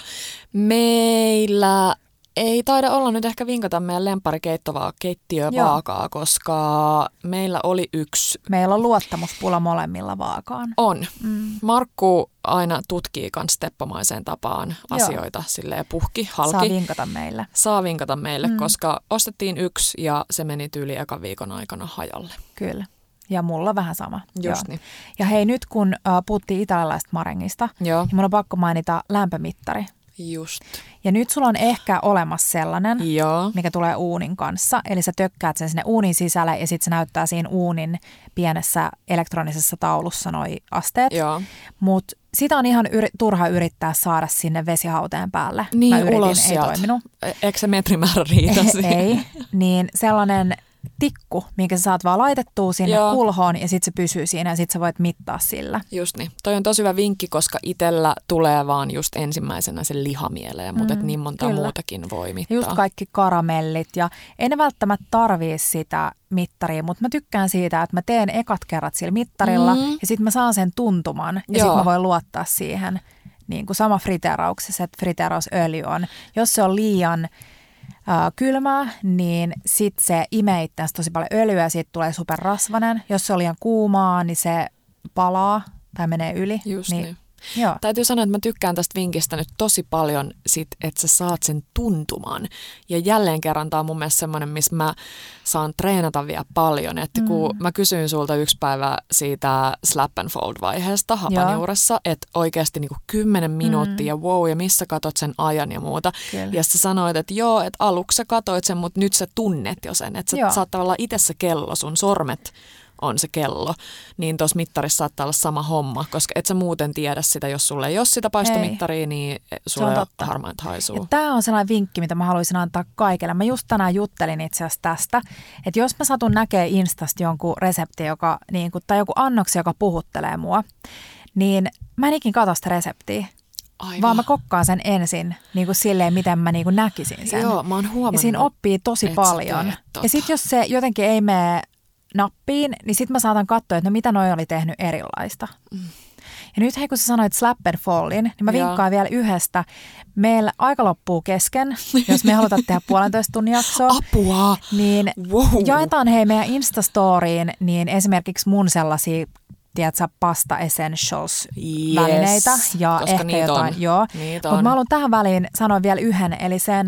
Meillä ei taida olla nyt ehkä vinkata meidän lempparikeittovaa keittiövaakaa, koska meillä oli yksi.
Meillä on luottamuspula molemmilla vaakaan.
On. Mm. Markku aina tutkii kans teppomaiseen tapaan asioita, Joo. silleen puhki, halki.
Saa vinkata meille.
Saa vinkata meille, mm. koska ostettiin yksi ja se meni tyyli ekan viikon aikana hajalle.
Kyllä. Ja mulla vähän sama.
Just niin.
Ja hei, nyt kun uh, puhuttiin italialaisesta marengista,
Joo.
niin mulla on pakko mainita lämpömittari.
Just.
Ja nyt sulla on ehkä olemassa sellainen,
Joo.
mikä tulee uunin kanssa. Eli sä tökkäät sen sinne uunin sisälle ja sitten se näyttää siinä uunin pienessä elektronisessa taulussa noi asteet. Mutta sitä on ihan yri- turha yrittää saada sinne vesihauteen päälle.
Niin,
yritin,
ulos
ei
sieltä.
Toiminut.
Eikö se metrimäärä riitä?
Ei, niin sellainen tikku, minkä sä saat vaan laitettua sinne Joo. kulhoon ja sitten se pysyy siinä ja sitten sä voit mittaa sillä.
Just niin. Toi on tosi hyvä vinkki, koska itsellä tulee vaan just ensimmäisenä se liha mieleen, mutta mm, niin monta kyllä. muutakin voi mittaa.
Just kaikki karamellit ja ei ne välttämättä tarvii sitä mittaria, mutta mä tykkään siitä, että mä teen ekat kerrat sillä mittarilla mm. ja sitten mä saan sen tuntuman ja sitten mä voin luottaa siihen. Niin kuin sama friteerauksessa, että friteerausöljy on. Jos se on liian Uh, kylmää, niin sitten se imee itseänsä tosi paljon öljyä ja siitä tulee superrasvainen. Jos se on liian kuumaa, niin se palaa tai menee yli.
Just
niin.
niin.
Joo.
Täytyy sanoa, että mä tykkään tästä vinkistä nyt tosi paljon sit, että sä saat sen tuntumaan. Ja jälleen kerran tää on mun mielestä semmoinen, missä mä saan treenata vielä paljon. Että mm. kun mä kysyin sulta yksi päivä siitä slap and fold vaiheesta hapanjuuressa, että oikeasti niinku kymmenen minuuttia mm. ja wow, ja missä katot sen ajan ja muuta. Kyllä. Ja sä sanoit, että joo, että aluksi sä katoit sen, mutta nyt sä tunnet jo sen. Että sä saat tavallaan itse se kello, sun sormet on se kello, niin tuossa mittarissa saattaa olla sama homma, koska et sä muuten tiedä sitä, jos sulle ei ole sitä paistomittaria, ei. Niin sulle on harmainta haisuu.
Tämä on sellainen vinkki, mitä mä haluaisin antaa kaikille. Mä just tänään juttelin itse asiassa tästä, että jos mä satun näkee Instasta jonkun resepti, joka, niin kuin, tai joku annoksi, joka puhuttelee mua, niin mä en ikin katso sitä reseptiä. Aivan. Vaan mä kokkaan sen ensin niin kuin silleen, miten mä niin kuin näkisin sen.
Joo, mä oon huomannut.
Ja siinä oppii tosi paljon. Ja sitten jos se jotenkin ei mene nappiin, niin sitten mä saatan katsoa, että no mitä noi oli tehnyt erilaista. Mm. Ja nyt hei, kun sä sanoit slap and fallin, niin mä vinkkaan vielä yhdestä. Meillä aika loppuu kesken, jos me halutaan tehdä puolentoista tunnin jaksoa.
Apua!
Niin wow. Jaetaan hei meidän Instastoriin niin esimerkiksi mun sellaisia, tiedätkö, pasta essentials
yes.
välineitä. Ja
koska
ehkä
niitä
jotain,
on.
joo.
Niitä
Mutta
on.
mä haluan tähän väliin sanoa vielä yhden, eli sen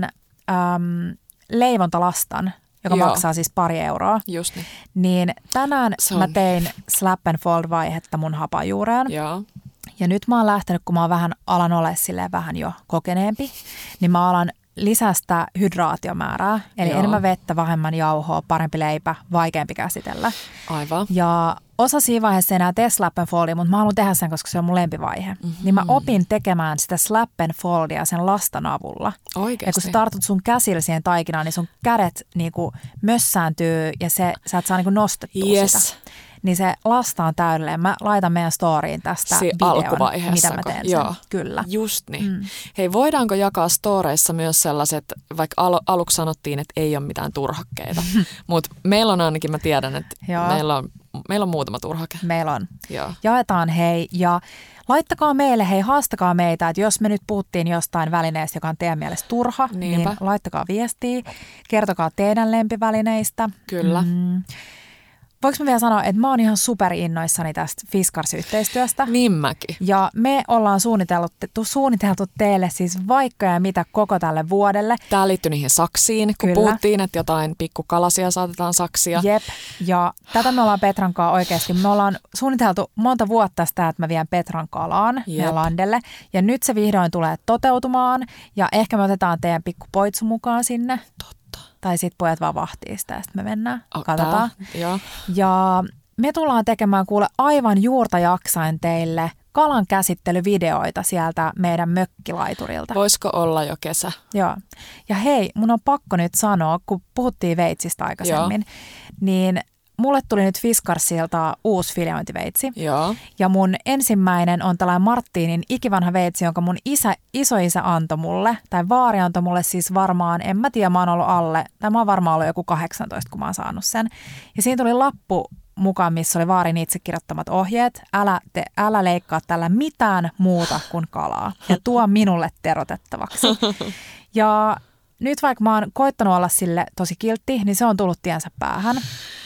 äm, leivontalastan, joka Joo. maksaa siis pari euroa.
Just niin.
Niin tänään mä tein slap and fold vaihetta mun hapajuureen.
Joo.
Ja nyt mä oon lähtenyt, kun mä oon vähän alan ole silleen vähän jo kokeneempi, niin mä alan lisästä hydraatiomäärää. Eli Joo. enemmän vettä, vähemmän jauhoa, parempi leipä, vaikeampi käsitellä.
Aivan.
Ja osa siinä vaiheessa ei enää tee slap and foldia, mutta mä haluan tehdä sen, koska se on mun lempivaihe. Mm-hmm. Niin mä opin tekemään sitä slap and foldia sen lastan avulla.
Oikeasti.
Ja kun sä tartut sun käsillä siihen taikinaan, niin sun kädet niinku mössääntyy ja se, sä et saa niinku nostettua
yes.
sitä. Niin se lasta on täydelleen. Mä laitan meidän storiin tästä
si-
videon, mitä mä teen
Joo.
sen. Kyllä.
Just niin.
Mm.
Hei, voidaanko jakaa storeissa myös sellaiset, vaikka al- aluksi sanottiin, että ei ole mitään turhakkeita, mutta meillä on ainakin, mä tiedän, että meillä on, meillä on muutama turhake.
Meillä on.
Joo.
Jaetaan hei ja laittakaa meille, hei haastakaa meitä, että jos me nyt puhuttiin jostain välineestä, joka on teidän mielestä turha, Niinpä. Niin laittakaa viestiä, kertokaa teidän lempivälineistä.
Kyllä.
Mm. Voinko mä vielä sanoa, että mä oon ihan superinnoissani tästä Fiskars-yhteistyöstä.
Niin mäkin.
Ja me ollaan suunniteltu, suunniteltu teille siis vaikka ja mitä koko tälle vuodelle.
Tää liittyy niihin saksiin, kun Kyllä. puhuttiin, että jotain pikkukalasia saatetaan saksia.
Jep, ja tätä me ollaan Petran kanssa oikeasti. Me ollaan suunniteltu monta vuotta sitä, että mä vien Petran kalaan meidän landelle. Ja nyt se vihdoin tulee toteutumaan ja ehkä me otetaan teidän pikkupoitsu mukaan sinne.
Totta.
Tai sit pojat vaan vahtii sitä ja sitten me mennään.
Oh,
Katsotaan.
Tää, joo.
Ja me tullaan tekemään kuule aivan juurta jaksain teille kalan käsittelyvideoita sieltä meidän mökkilaiturilta.
Voisiko olla jo kesä?
Joo. Ja hei, mun on pakko nyt sanoa, kun puhuttiin veitsistä aikaisemmin, Joo. niin mulle tuli nyt Fiskarsilta uusi filiointiveitsi.
Joo.
Ja mun ensimmäinen on tällainen Martinin ikivanha veitsi, jonka mun isä, isoisä antoi mulle, tai vaari antoi mulle siis varmaan, en mä tiedä, mä oon ollut alle, tai mä oon varmaan ollut joku kahdeksantoista, kun mä oon saanut sen. Ja siinä tuli lappu mukaan, missä oli vaarin itse kirjoittamat ohjeet. Älä, te, älä leikkaa tällä mitään muuta kuin kalaa. Ja tuo minulle terotettavaksi. Ja nyt vaikka mä oon koittanut olla sille tosi kiltti, niin se on tullut tiensä päähän.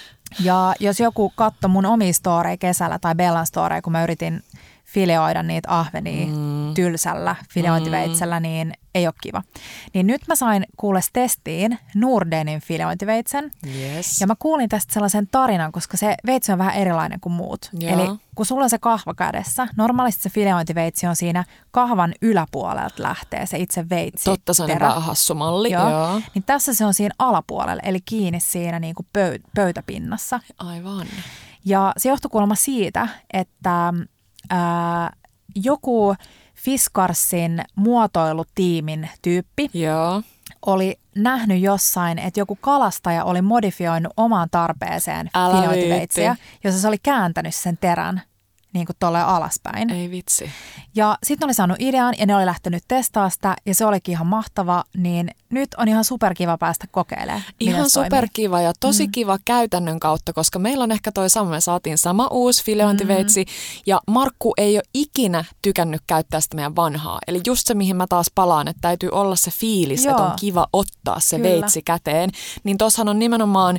Ja jos joku katsoi mun omia storeja kesällä tai Bellan storeja, kun mä yritin fileoida niitä ahvenia mm. tylsällä fileointiveitsellä, niin ei ole kiva. Niin nyt mä sain kuules testiin Nordenin fileointiveitsen.
Yes.
Ja mä kuulin tästä sellaisen tarinan, koska se veitsi on vähän erilainen kuin muut.
Joo.
Eli kun sulla on se kahva kädessä, normaalisti se fileointiveitsi on siinä kahvan yläpuolelta lähtee se itse veitsi.
Totta, se on vähän hassu malli.
Joo.
Joo.
Niin tässä se on siinä alapuolella, eli kiinni siinä niin kuin pöy- pöytäpinnassa.
Aivan.
Ja se johtui kuulemma siitä, että ää, joku Fiskarsin muotoilutiimin tyyppi
Joo.
oli nähnyt jossain, että joku kalastaja oli modifioinut omaan tarpeeseen fileointiveitsiä, jossa se oli kääntänyt sen terän niin kuin tolleen alaspäin.
Ei vitsi.
Ja sitten oli saanut idean ja ne oli lähtenyt testaa sitä ja se olikin ihan mahtava, niin nyt on ihan superkiva päästä kokeilemaan.
Ihan superkiva ja tosi mm. kiva käytännön kautta, koska meillä on ehkä toi sama, me saatiin sama uusi fileointiveitsi mm. ja Markku ei ole ikinä tykännyt käyttää sitä meidän vanhaa. Eli just se, mihin mä taas palaan, että täytyy olla se fiilis, Joo. että on kiva ottaa se Kyllä. veitsi käteen. Niin tossahan on nimenomaan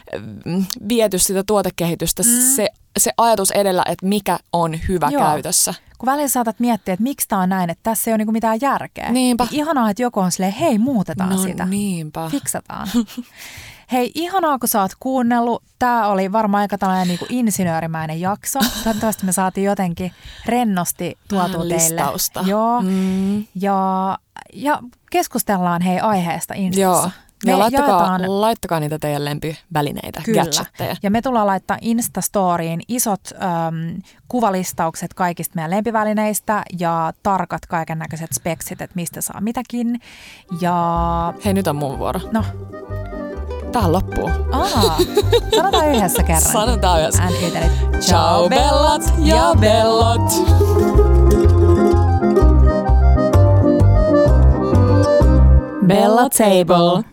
viety sitä tuotekehitystä mm. se se ajatus edellä, että mikä on hyvä Joo. käytössä.
Kun välillä saatat miettiä, että miksi tämä on näin, että tässä ei ole niinku mitään järkeä.
Niinpä.
Niin ihanaa, että joku on silleen, hei muutetaan
no,
sitä.
Niinpä.
Fiksataan. Hei, ihanaa kun sä oot kuunnellut. Tämä oli varmaan aika tällainen niinku insinöörimäinen jakso. Toivottavasti me saatiin jotenkin rennosti tuotua teille.
Listausta.
Joo.
Mm.
Ja, ja keskustellaan hei aiheesta Instassa.
Joo.
Me
ja laittakaa,
jaetaan,
laittakaa niitä teidän lempivälineitä,
Kyllä.
gadgetteja.
Ja me tullaan laittaa Instastoriin isot äm, kuvalistaukset kaikista meidän lempivälineistä ja tarkat kaiken näköiset speksit, että mistä saa mitäkin. Ja...
Hei, nyt on mun vuoro.
No.
Tähän loppuu.
Aa, sanotaan yhdessä kerran.
Sanotaan yhdessä.
And
Ciao bellat ja bellot.
Bella Table.